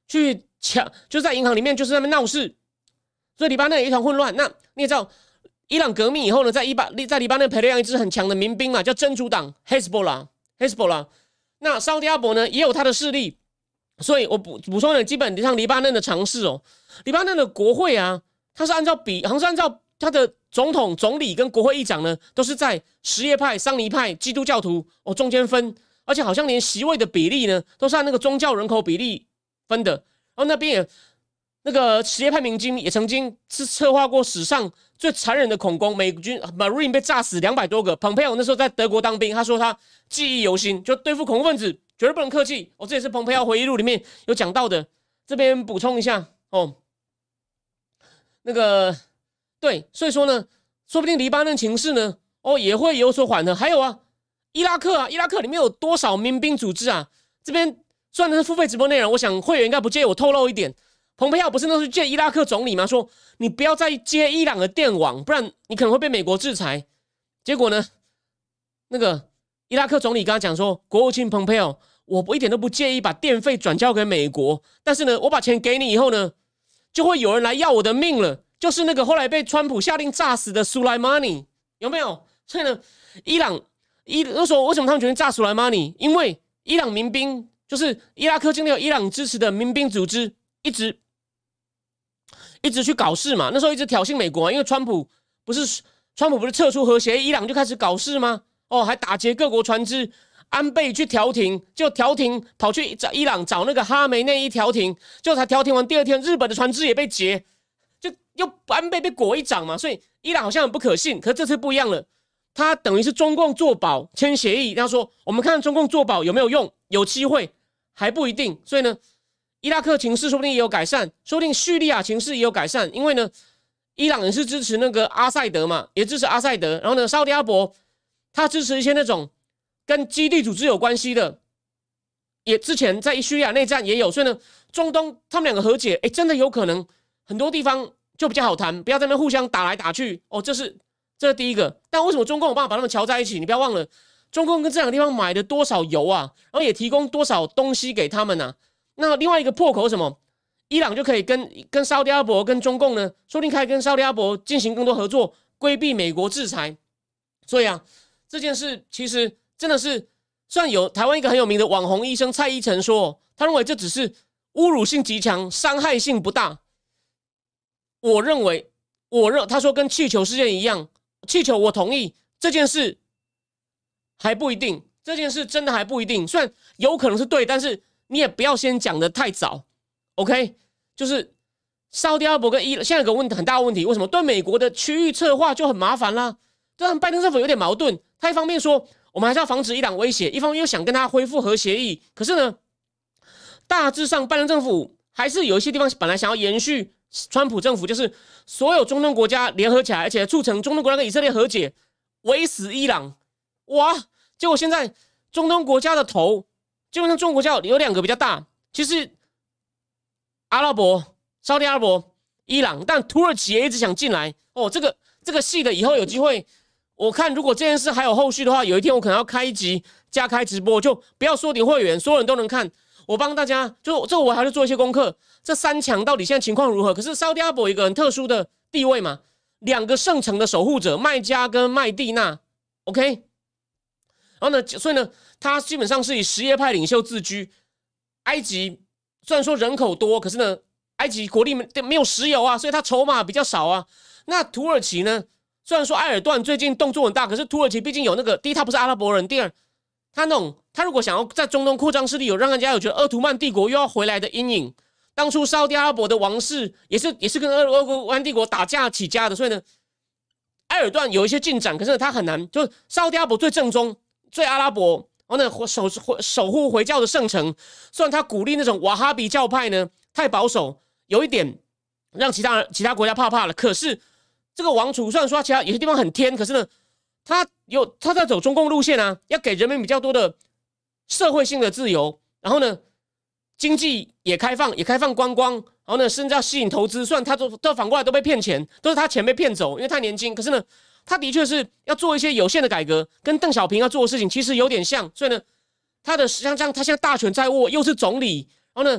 B: 去抢，就在银行里面就是在那边闹事，所以黎巴嫩也一团混乱。那你也知道，伊朗革命以后呢，在伊巴在黎巴嫩培养一支很强的民兵嘛，叫真主党 Hezbollah。Hezbollah， 那沙特阿拉伯呢也有他的势力，所以我补补充了基本上黎巴嫩的常识哦。黎巴嫩的国会啊，它是按照比，好像是按照它的总统、总理跟国会议长呢，都是在什叶派、桑尼派、基督教徒哦中间分，而且好像连席位的比例呢，都是按那个宗教人口比例分的。然后那边也那个什叶派民军也曾经是策划过史上最残忍的恐攻，美军 Marine 被炸死两百多个。蓬佩奥那时候在德国当兵，他说他记忆犹新，就对付恐怖分子绝对不能客气。哦，这也是蓬佩奥回忆录里面有讲到的。这边补充一下哦，那个对，所以说呢，说不定黎巴嫩情势呢，哦也会有所缓和。还有啊，伊拉克啊，伊拉克里面有多少民兵组织啊？这边虽然是付费直播内容，我想会员应该不介意我透露一点。蓬佩奥不是那时候借伊拉克总理吗？说你不要再接伊朗的电网，不然你可能会被美国制裁。结果呢，那个伊拉克总理跟他讲说，国务卿蓬佩奥，我一点都不介意把电费转交给美国，但是呢，我把钱给你以后呢，就会有人来要我的命了，就是那个后来被川普下令炸死的苏莱马尼，有没有？所以呢，伊朗伊那时候为什么他们决定炸苏莱马尼？因为伊朗民兵就是伊拉克境内有伊朗支持的民兵组织，一直。一直去搞事嘛，那时候一直挑衅美国、啊，因为川普不是川普不是撤出核协议，伊朗就开始搞事吗？哦，还打劫各国船只，安倍去调停，就调停跑去找伊朗找那个哈梅内伊调停，就才调停完第二天，日本的船只也被劫，就又安倍被裹一掌嘛，所以伊朗好像很不可信。可是这次不一样了，他等于是中共作保签协议，他说我们看中共作保有没有用，有机会还不一定，所以呢。伊拉克情势说不定也有改善，说不定叙利亚情势也有改善，因为呢，伊朗人是支持那个阿塞德嘛，也支持阿塞德，然后呢，沙特阿拉伯他支持一些那种跟基地组织有关系的，也之前在叙利亚内战也有，所以呢，中东他们两个和解，哎，真的有可能很多地方就比较好谈，不要在那边互相打来打去哦，这是这是第一个。但为什么中共有办法把他们瞧在一起？你不要忘了，中共跟这两个地方买了多少油啊，然后也提供多少东西给他们啊。那另外一个破口是什么？伊朗就可以跟跟沙特阿拉伯、跟中共呢，说不定可以跟沙特阿拉伯进行更多合作，规避美国制裁。所以啊，这件事其实真的是，虽然有台湾一个很有名的网红医生蔡依晨说，他认为这只是侮辱性极强，伤害性不大。我认为，我认他说跟气球事件一样，气球我同意，这件事还不一定，这件事真的还不一定，虽然有可能是对，但是。你也不要先讲的太早 ，OK？ 就是沙特阿拉伯跟伊朗现在有个问题很大的问题，为什么对美国的区域策划就很麻烦啦？这让拜登政府有点矛盾。他一方面说我们还是要防止伊朗威胁，一方面又想跟他恢复核协议。可是呢，大致上拜登政府还是有一些地方本来想要延续川普政府，就是所有中东国家联合起来，而且促成中东国家跟以色列和解，围死伊朗。哇！结果现在中东国家的头。基本上中国国家有两个比较大，其实阿拉伯、沙特阿拉伯、伊朗，但土耳其也一直想进来哦。这个这个戏的以后有机会，我看如果这件事还有后续的话，有一天我可能要开一集加开直播，就不要缩点会员，所有人都能看。我帮大家，就这个我还是做一些功课，这三强到底现在情况如何？可是沙特阿拉伯有一个很特殊的地位嘛，两个圣城的守护者麦加跟麦地那 ，OK。然后呢，所以呢，他基本上是以什叶派领袖自居。埃及虽然说人口多，可是呢，埃及国力没有石油啊，所以他筹码比较少啊。那土耳其呢，虽然说埃尔段最近动作很大，可是土耳其毕竟有那个，第一他不是阿拉伯人，第二他那种他如果想要在中东扩张势力，有让人家有觉得鄂图曼帝国又要回来的阴影。当初沙特阿拉伯的王室也是也是跟鄂图曼帝国打架起家的，所以呢，埃尔段有一些进展，可是他很难，就是沙特阿拉伯最正宗。最阿拉伯，然后呢守守护回教的圣城，虽然他鼓励那种瓦哈比教派呢太保守，有一点让其他其他国家怕怕了。可是这个王储虽然说他其他有些地方很天，可是呢，他有他在走中共路线啊，要给人民比较多的社会性的自由，然后呢，经济也开放，也开放观光，然后呢，甚至要吸引投资。虽然他都都反过来都被骗钱，都是他钱被骗走，因为太年轻。可是呢。他的确是要做一些有限的改革，跟邓小平要做的事情其实有点像，所以呢，他的像这样，他现在大权在握，又是总理，然后呢，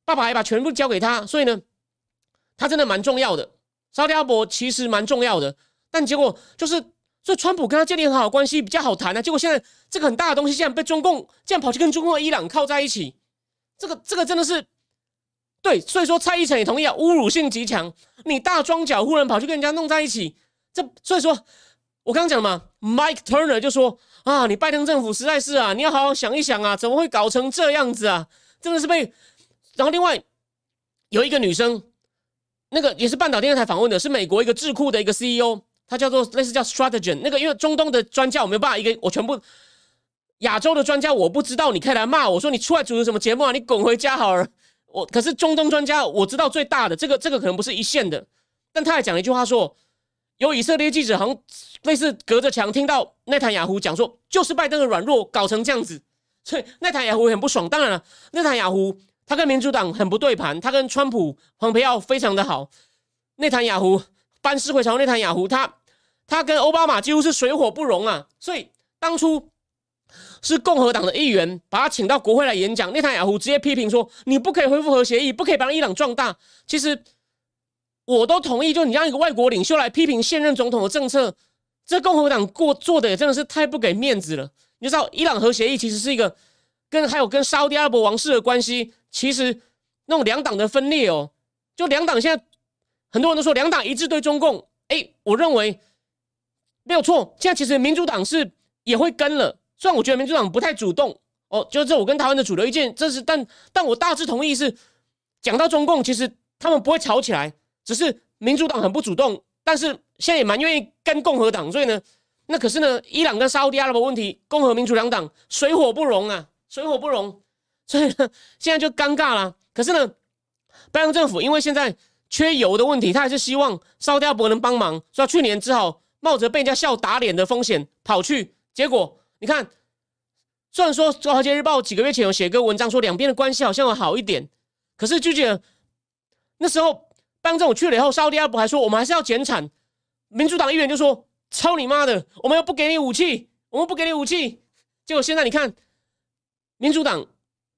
B: 爸爸还把全部交给他，所以呢，他真的蛮重要的。沙特阿拉伯其实蛮重要的，但结果就是，所以川普跟他建立很好的关系比较好谈啊。结果现在这个很大的东西，竟然被中共竟然跑去跟中共和伊朗靠在一起，这个这个真的是对，所以说蔡依晨也同意啊，侮辱性极强。你大庄脚忽然跑去跟人家弄在一起，这所以说我刚刚讲嘛 ，Mike Turner 就说啊，你拜登政府实在是啊，你要好好想一想啊，怎么会搞成这样子啊？真的是被。然后另外有一个女生。那个也是半岛电视台访问的，是美国一个智库的一个 C E O， 他叫做类似叫 Strategy。那个因为中东的专家我没有办法一个我全部亚洲的专家我不知道，你可以来骂我说你出来主持什么节目啊？你滚回家好了。我可是中东专家我知道最大的这个这个可能不是一线的，但他还讲了一句话说，有以色列记者好像类似隔着墙听到内塔尼亚胡讲说，就是拜登的软弱搞成这样子，所以内塔尼亚胡很不爽。当然了，内塔尼亚胡。他跟民主党很不对盘，他跟川普、蓬佩奥非常的好。内塔尼亚胡班师回朝，内塔尼亚胡他他跟奥巴马几乎是水火不容啊。所以当初是共和党的议员把他请到国会来演讲，内塔尼亚胡直接批评说：“你不可以恢复核协议，不可以帮伊朗壮大。”其实我都同意，就你让一个外国领袖来批评现任总统的政策，这共和党过做的也真的是太不给面子了。你就知道，伊朗核协议其实是一个跟还有跟沙特阿拉伯王室的关系。其实那种两党的分裂哦，就两党现在很多人都说两党一致对中共，哎，我认为没有错。现在其实民主党是也会跟了，虽然我觉得民主党不太主动哦，就是这我跟台湾的主流意见，这是但但我大致同意是讲到中共，其实他们不会吵起来，只是民主党很不主动，但是现在也蛮愿意跟共和党，所以呢，那可是呢，伊朗跟沙特阿拉伯问题，共和民主两党水火不容啊，水火不容。所以呢，现在就尴尬了。可是呢，拜登政府因为现在缺油的问题，他还是希望沙特阿拉伯能帮忙，所以他去年只好冒着被人家笑打脸的风险跑去。结果你看，虽然说《华尔街日报》几个月前有写个文章说两边的关系好像有好一点，可是就觉得那时候拜登政府去了以后，沙特阿拉伯还说我们还是要减产，民主党议员就说操你妈的，我们又不给你武器，我们不给你武器。结果现在你看，民主党。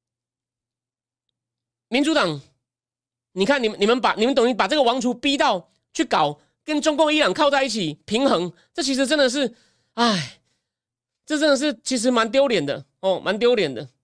B: 民主党，你看你们你们把你们等于把这个王储逼到去搞跟中共伊朗靠在一起平衡，这其实真的是，哎，这真的是其实蛮丢脸的哦，蛮丢脸的。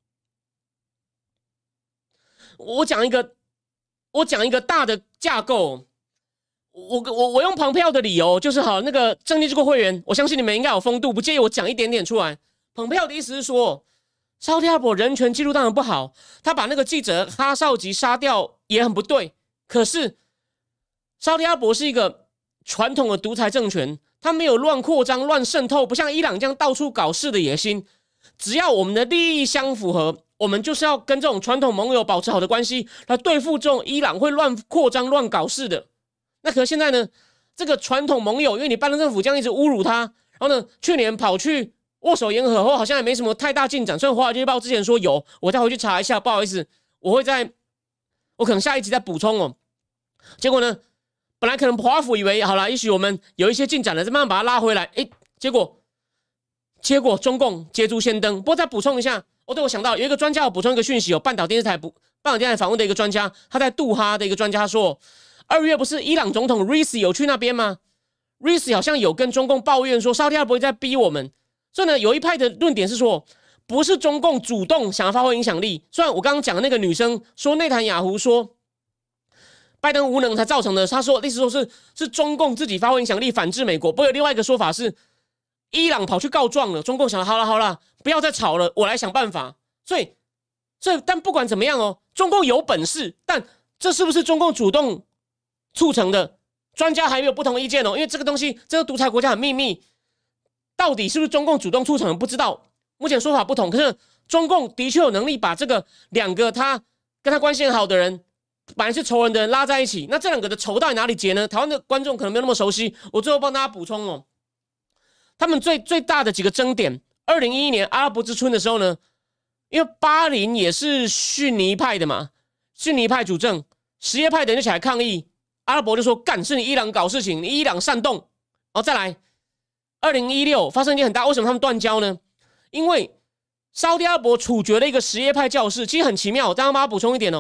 B: 我讲一个，我讲一个大的架构，我我我用蓬佩奥的理由就是好，那个政治智库会员，我相信你们应该有风度，不介意我讲一点点出来。蓬佩奥的意思是说。沙特阿拉伯人权记录当然不好，他把那个记者哈绍吉杀掉也很不对。可是沙特阿拉伯是一个传统的独裁政权，他没有乱扩张、乱渗透，不像伊朗这样到处搞事的野心。只要我们的利益相符合，我们就是要跟这种传统盟友保持好的关系，来对付这种伊朗会乱扩张、乱搞事的。那可是现在呢，这个传统盟友，因为你拜登政府这样一直侮辱他，然后呢，去年跑去。握手言和后好像也没什么太大进展，虽然《华尔街日报》之前说有，我再回去查一下，不好意思，我会在，我可能下一集再补充哦。结果呢，本来可能华府以为好了，也许我们有一些进展了，再慢慢把它拉回来，哎，结果结果中共捷足先登。不过再补充一下，哦，对，我想到有一个专家，我补充一个讯息，有半岛电视台补半岛电视台访问的一个专家，他在杜哈的一个专家说，二月不是伊朗总统 Raisi 有去那边吗 ？Raisi 好像有跟中共抱怨说，沙特阿拉伯在逼我们。所以呢，有一派的论点是说，不是中共主动想要发挥影响力。虽然我刚刚讲的那个女生说内塔尼亚胡说拜登无能才造成的，他说意思说是是中共自己发挥影响力反制美国。不过有另外一个说法是，伊朗跑去告状了，中共想好了好了，不要再吵了，我来想办法。所以，所以但不管怎么样哦，中共有本事，但这是不是中共主动促成的？专家还没有不同意见哦，因为这个东西，这个独裁国家很秘密。到底是不是中共主动促成的不知道，目前说法不同。可是中共的确有能力把这个两个他跟他关系很好的人，本来是仇人的人拉在一起。那这两个的仇到底哪里结呢？台湾的观众可能没有那么熟悉，我最后帮大家补充哦。他们最最大的几个争点，二零一一年阿拉伯之春的时候呢，因为巴林也是逊尼派的嘛，逊尼派主政，什叶派的人就起来抗议，阿拉伯就说干是你伊朗搞事情，你伊朗煽动。然后再来。二零一六发生一件很大，为什么他们断交呢？因为沙特阿拉伯处决了一个什叶派教士，其实很奇妙。我刚刚帮他补充一点哦，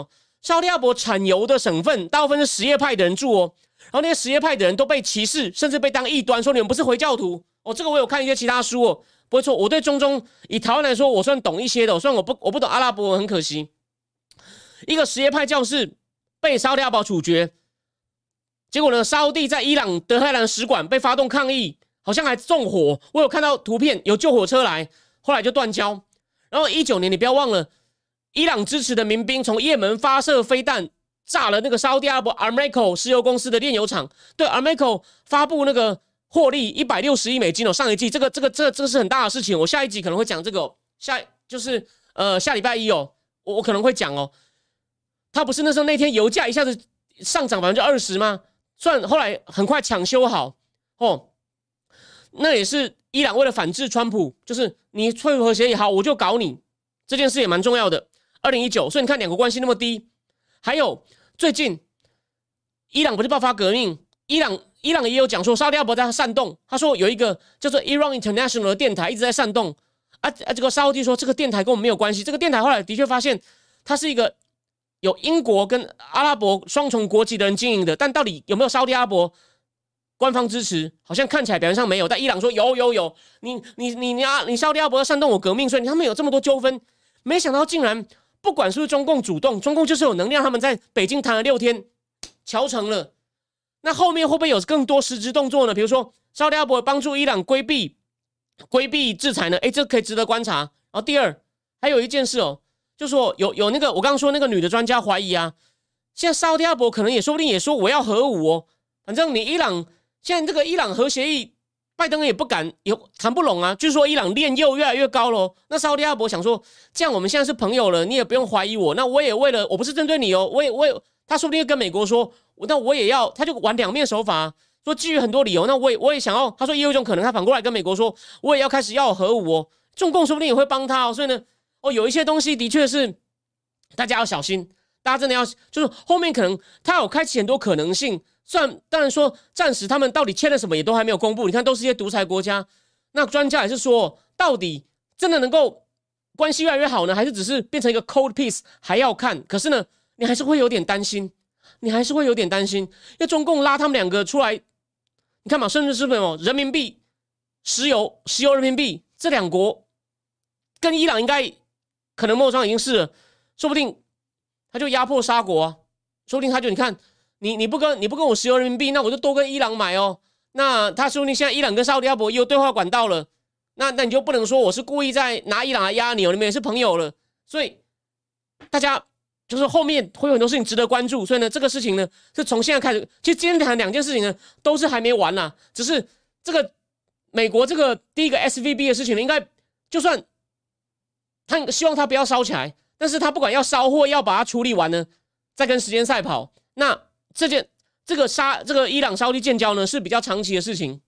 B: 沙特阿拉伯产油的省份大部分是什叶派的人住哦，然后那些什叶派的人都被歧视，甚至被当异端，说你们不是回教徒哦。这个我有看一些其他书哦，不会错。我对中东以台湾来说，我算懂一些的、哦，虽然我不我不懂阿拉伯文，很可惜。一个什叶派教士被沙特阿拉伯处决，结果呢，沙烏地在伊朗德黑兰使馆被发动抗议，好像还纵火。我有看到图片，有救火车来，后来就断交。然后一九年，你不要忘了。伊朗支持的民兵从也门发射飞弹，炸了那个沙特阿拉伯 Aramco 石油公司的炼油厂，对 Aramco 发布那个获利一百六十亿美金哦，上一季这个这个这个、这个是很大的事情，我下一集可能会讲这个、哦，下就是呃下礼拜一哦，我我可能会讲哦，他不是那时候那天油价一下子上涨百分之二十吗？算后来很快抢修好哦，那也是伊朗为了反制川普，就是你退和协议好，我就搞你，这件事也蛮重要的。二零一九，所以你看两国关系那么低，还有最近伊朗不是爆发革命，伊朗伊朗也有讲说沙特阿拉伯在煽动，他说有一个叫做 Iran International 的电台一直在煽动啊啊，这个沙烏地说这个电台跟我们没有关系，这个电台后来的确发现它是一个有英国跟阿拉伯双重国籍的人经营的，但到底有没有沙特阿拉伯官方支持？好像看起来表面上没有，但伊朗说有有有，你你你你啊，你沙特阿拉伯要煽动我革命，所以他们有这么多纠纷，没想到竟然。不管是不是中共主动，中共就是有能力让他们在北京谈了六天，瞧成了。那后面会不会有更多实质动作呢？比如说，沙特阿拉伯帮助伊朗规避规避制裁呢？哎，这可以值得观察。然后第二，还有一件事哦，就说有有那个我刚刚说那个女的专家怀疑啊，现在沙特阿拉伯可能也说不定也说我要核武哦，反正你伊朗现在这个伊朗核协议。拜登也不敢，也谈不拢啊。据说伊朗炼油越来越高了，那沙特阿拉伯想说，这样我们现在是朋友了，你也不用怀疑我。那我也为了，我不是针对你哦，我也我也，他说不定会跟美国说，那我也要，他就玩两面手法、啊，说基于很多理由，那我也我也想要。他说也有一种可能，他反过来跟美国说，我也要开始要核武哦。中共说不定也会帮他哦。所以呢，哦，有一些东西的确是大家要小心，大家真的要，就是后面可能他有开启很多可能性。虽然当然说暂时他们到底签了什么也都还没有公布，你看都是一些独裁国家，那专家也是说，到底真的能够关系越来越好呢，还是只是变成一个 cold peace 还要看。可是呢，你还是会有点担心，你还是会有点担心，因为中共拉他们两个出来，你看嘛，甚至是什么人民币、石油、石油人民币这两国跟伊朗应该可能某种程度上已经是了，说不定他就压迫沙国啊，说不定他就你看。你你不跟你不跟我石油人民币，那我就多跟伊朗买哦。那他说你现在伊朗跟沙特阿拉伯也有对话管道了，那那你就不能说我是故意在拿伊朗来压你哦，你们也是朋友了。所以大家就是后面会有很多事情值得关注。所以呢，这个事情呢是从现在开始，其实今天谈两件事情呢都是还没完啦，只是这个美国这个第一个 S V B 的事情呢，应该就算他希望他不要烧起来，但是他不管要烧或要把它处理完呢，再跟时间赛跑，那。这件这个沙这个伊朗沙烏地建交呢是比较长期的事情，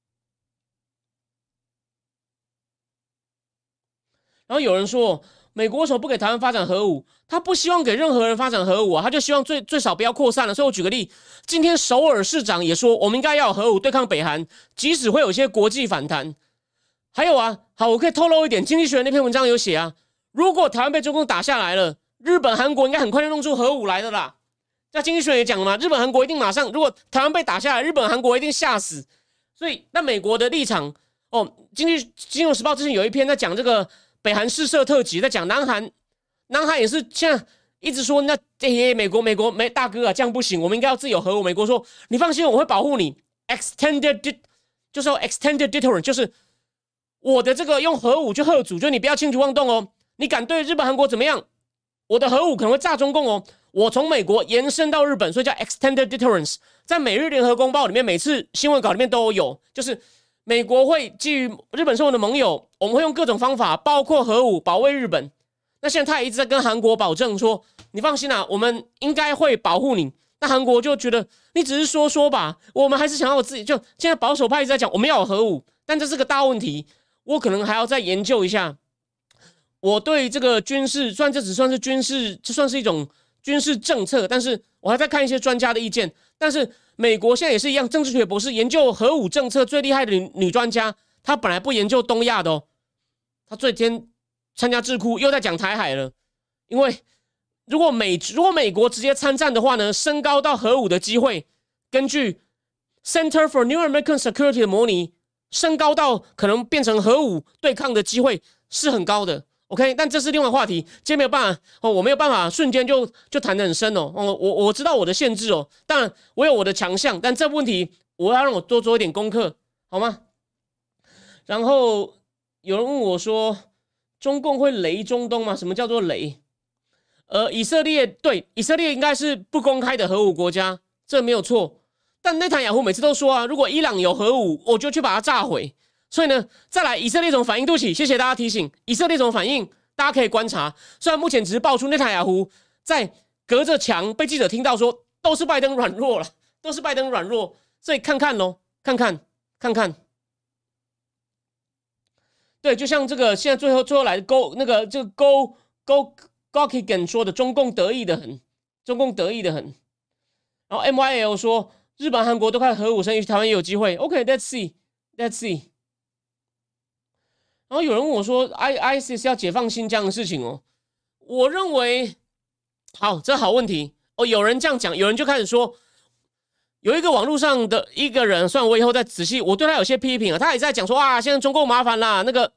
B: 然后有人说美国为什么不给台湾发展核武？他不希望给任何人发展核武啊，他就希望最最少不要扩散了。所以我举个例，今天首尔市长也说，我们应该要有核武对抗北韩，即使会有一些国际反弹。还有啊，好，我可以透露一点，经济学人那篇文章有写啊，如果台湾被中共打下来了，日本、韩国应该很快就弄出核武来的啦。那经济学也讲了嘛，日本、韩国一定马上，如果台湾被打下来，日本、韩国一定吓死。所以，那美国的立场，哦，经济金融时报之前有一篇在讲这个北韩试射特辑，在讲南韩，南韩也是现在一直说，那哎，美国、美国、美大哥啊，这样不行，我们应该要自己有核武。美国说，你放心，我会保护你 ，extended 就是说 extended deterrent， 就是我的这个用核武去吓阻，就你不要轻举妄动哦，你敢对日本、韩国怎么样？我的核武可能会炸中共哦。我从美国延伸到日本，所以叫 extended deterrence。在美日联合公报里面，每次新闻稿里面都有，就是美国会基于日本是我们的盟友，我们会用各种方法，包括核武保卫日本。那现在他也一直在跟韩国保证说，你放心啊，我们应该会保护你。那韩国就觉得你只是说说吧，我们还是想要我自己。就现在保守派一直在讲我们要有核武，但这是个大问题，我可能还要再研究一下。我对这个军事，虽然这只算是军事，这算是一种。军事政策，但是我还在看一些专家的意见。但是美国现在也是一样，政治学博士研究核武政策最厉害的 女, 女专家，她本来不研究东亚的哦，她最天参加智库又在讲台海了，因为如果美如果美国直接参战的话呢，升高到核武的机会，根据 Center for New American Security 的模拟，升高到可能变成核武对抗的机会是很高的。OK， 但这是另外话题，今天没有办法哦，我没有办法瞬间就就谈得很深哦。哦，我我知道我的限制哦，当然我有我的强项，但这问题我要让我多做一点功课，好吗？然后有人问我说，中共会雷中东吗？什么叫做雷？呃，以色列对以色列应该是不公开的核武国家，这没有错。但内塔尼亚胡每次都说啊，如果伊朗有核武，我就去把它炸毁。所以呢，再来以色列怎么反应？对不起，谢谢大家提醒。以色列怎么反应？大家可以观察。虽然目前只是爆出内塔尼亚胡在隔着墙被记者听到说，都是拜登软弱了，都是拜登软弱。所以看看咯，看看看看。对，就像这个现在最后最后来的勾那个这个勾勾 Gokigan 说的，中共得意的很，中共得意的很。然后 M Y L 说，日本、韩国都开核武生意，台湾也有机会。OK，let's see，let's see。然后有人问我说 ，I ISIS 要解放新疆的事情哦，我认为，好，这好问题哦。有人这样讲，有人就开始说，有一个网络上的一个人，虽然我以后再仔细，我对他有些批评啊，他也在讲说啊，现在中共麻烦啦，那个，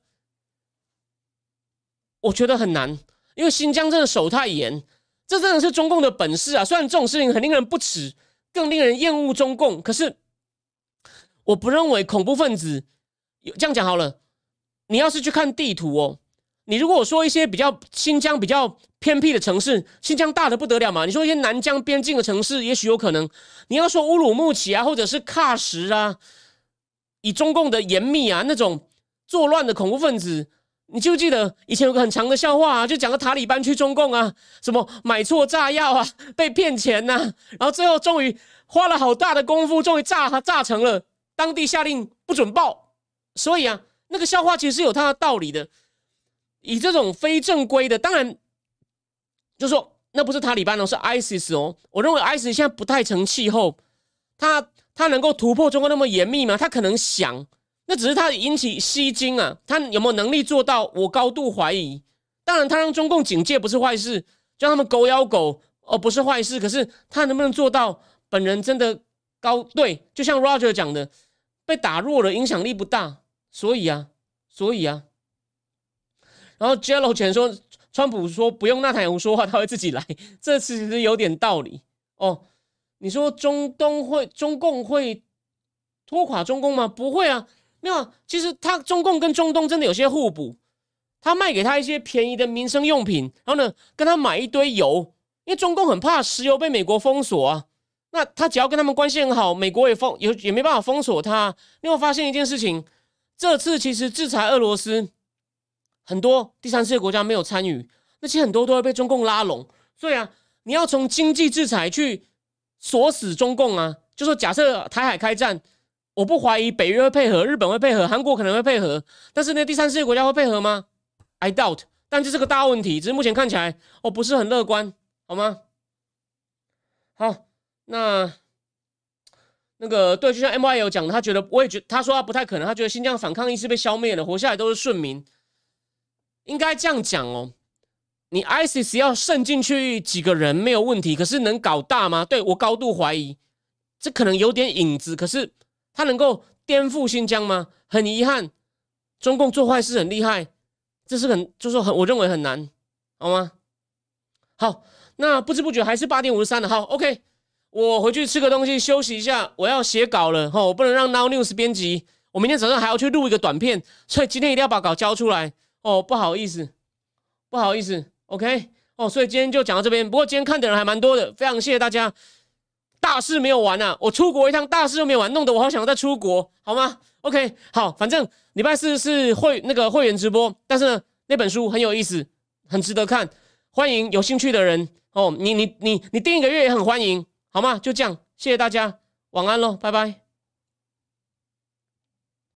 B: 我觉得很难，因为新疆真的守太严，这真的是中共的本事啊。虽然这种事情很令人不齿，更令人厌恶中共，可是我不认为恐怖分子这样讲好了。你要是去看地图哦，你如果说一些比较新疆比较偏僻的城市，新疆大的不得了嘛，你说一些南疆边境的城市，也许有可能。你要说乌鲁木齐啊，或者是喀什啊，以中共的严密啊那种作乱的恐怖分子，你记不记得以前有个很长的笑话啊，就讲个塔利班去中共啊，什么买错炸药啊，被骗钱啊，然后最后终于花了好大的功夫，终于炸炸成了，当地下令不准爆，所以啊。那个笑话其实是有它的道理的，以这种非正规的，当然就说那不是塔利班哦，是 ISIS 哦。我认为 ISIS 现在不太成气候，他他能够突破中国那么严密吗？他可能想，那只是他引起吸睛啊，他有没有能力做到？我高度怀疑。当然，他让中共警戒不是坏事，叫他们狗咬狗哦不是坏事，可是他能不能做到？本人真的高对，就像 Roger 讲的，被打弱了，影响力不大。所以啊，所以啊，然后 Jello 前说，川普说不用纳坦雅胡说话，他会自己来，这其实有点道理哦。你说中东会中共会拖垮中共吗？不会啊，没有啊。其实他中共跟中东真的有些互补，他卖给他一些便宜的民生用品，然后呢跟他买一堆油，因为中共很怕石油被美国封锁啊。那他只要跟他们关系很好，美国也封也也没办法封锁他。你有发现一件事情？这次其实制裁俄罗斯，很多第三世界国家没有参与，那些很多都会被中共拉拢。所以啊，你要从经济制裁去锁死中共啊，就说假设台海开战，我不怀疑北约会配合，日本会配合，韩国可能会配合，但是那第三世界国家会配合吗 ？I doubt。但这是个大问题，只是目前看起来哦不是很乐观，好吗？好，那。那个对，就像 M Y 有讲的，他觉得我也觉得，他说他不太可能，他觉得新疆反抗意识被消灭了，活下来都是顺民，应该这样讲哦。你 ISIS 要渗进去几个人没有问题，可是能搞大吗？对，我高度怀疑，这可能有点影子，可是他能够颠覆新疆吗？很遗憾，中共做坏事很厉害，这是很就是很我认为很难，好吗？好，那不知不觉还是八点五十三了，好 ，OK。我回去吃个东西休息一下，我要写稿了齁，我不能让 Now News 编辑，我明天早上还要去录一个短片，所以今天一定要把稿交出来哦，不好意思，不好意思 ，OK 哦，所以今天就讲到这边。不过今天看的人还蛮多的，非常谢谢大家。大事没有完啊，我出国一趟，大事都没有完，弄得我好想再出国，好吗 ？OK， 好，反正礼拜四是会那个会员直播，但是呢，那本书很有意思，很值得看，欢迎有兴趣的人哦，你你你你订一个月也很欢迎。好吗？就这样，谢谢大家，晚安喽，拜拜。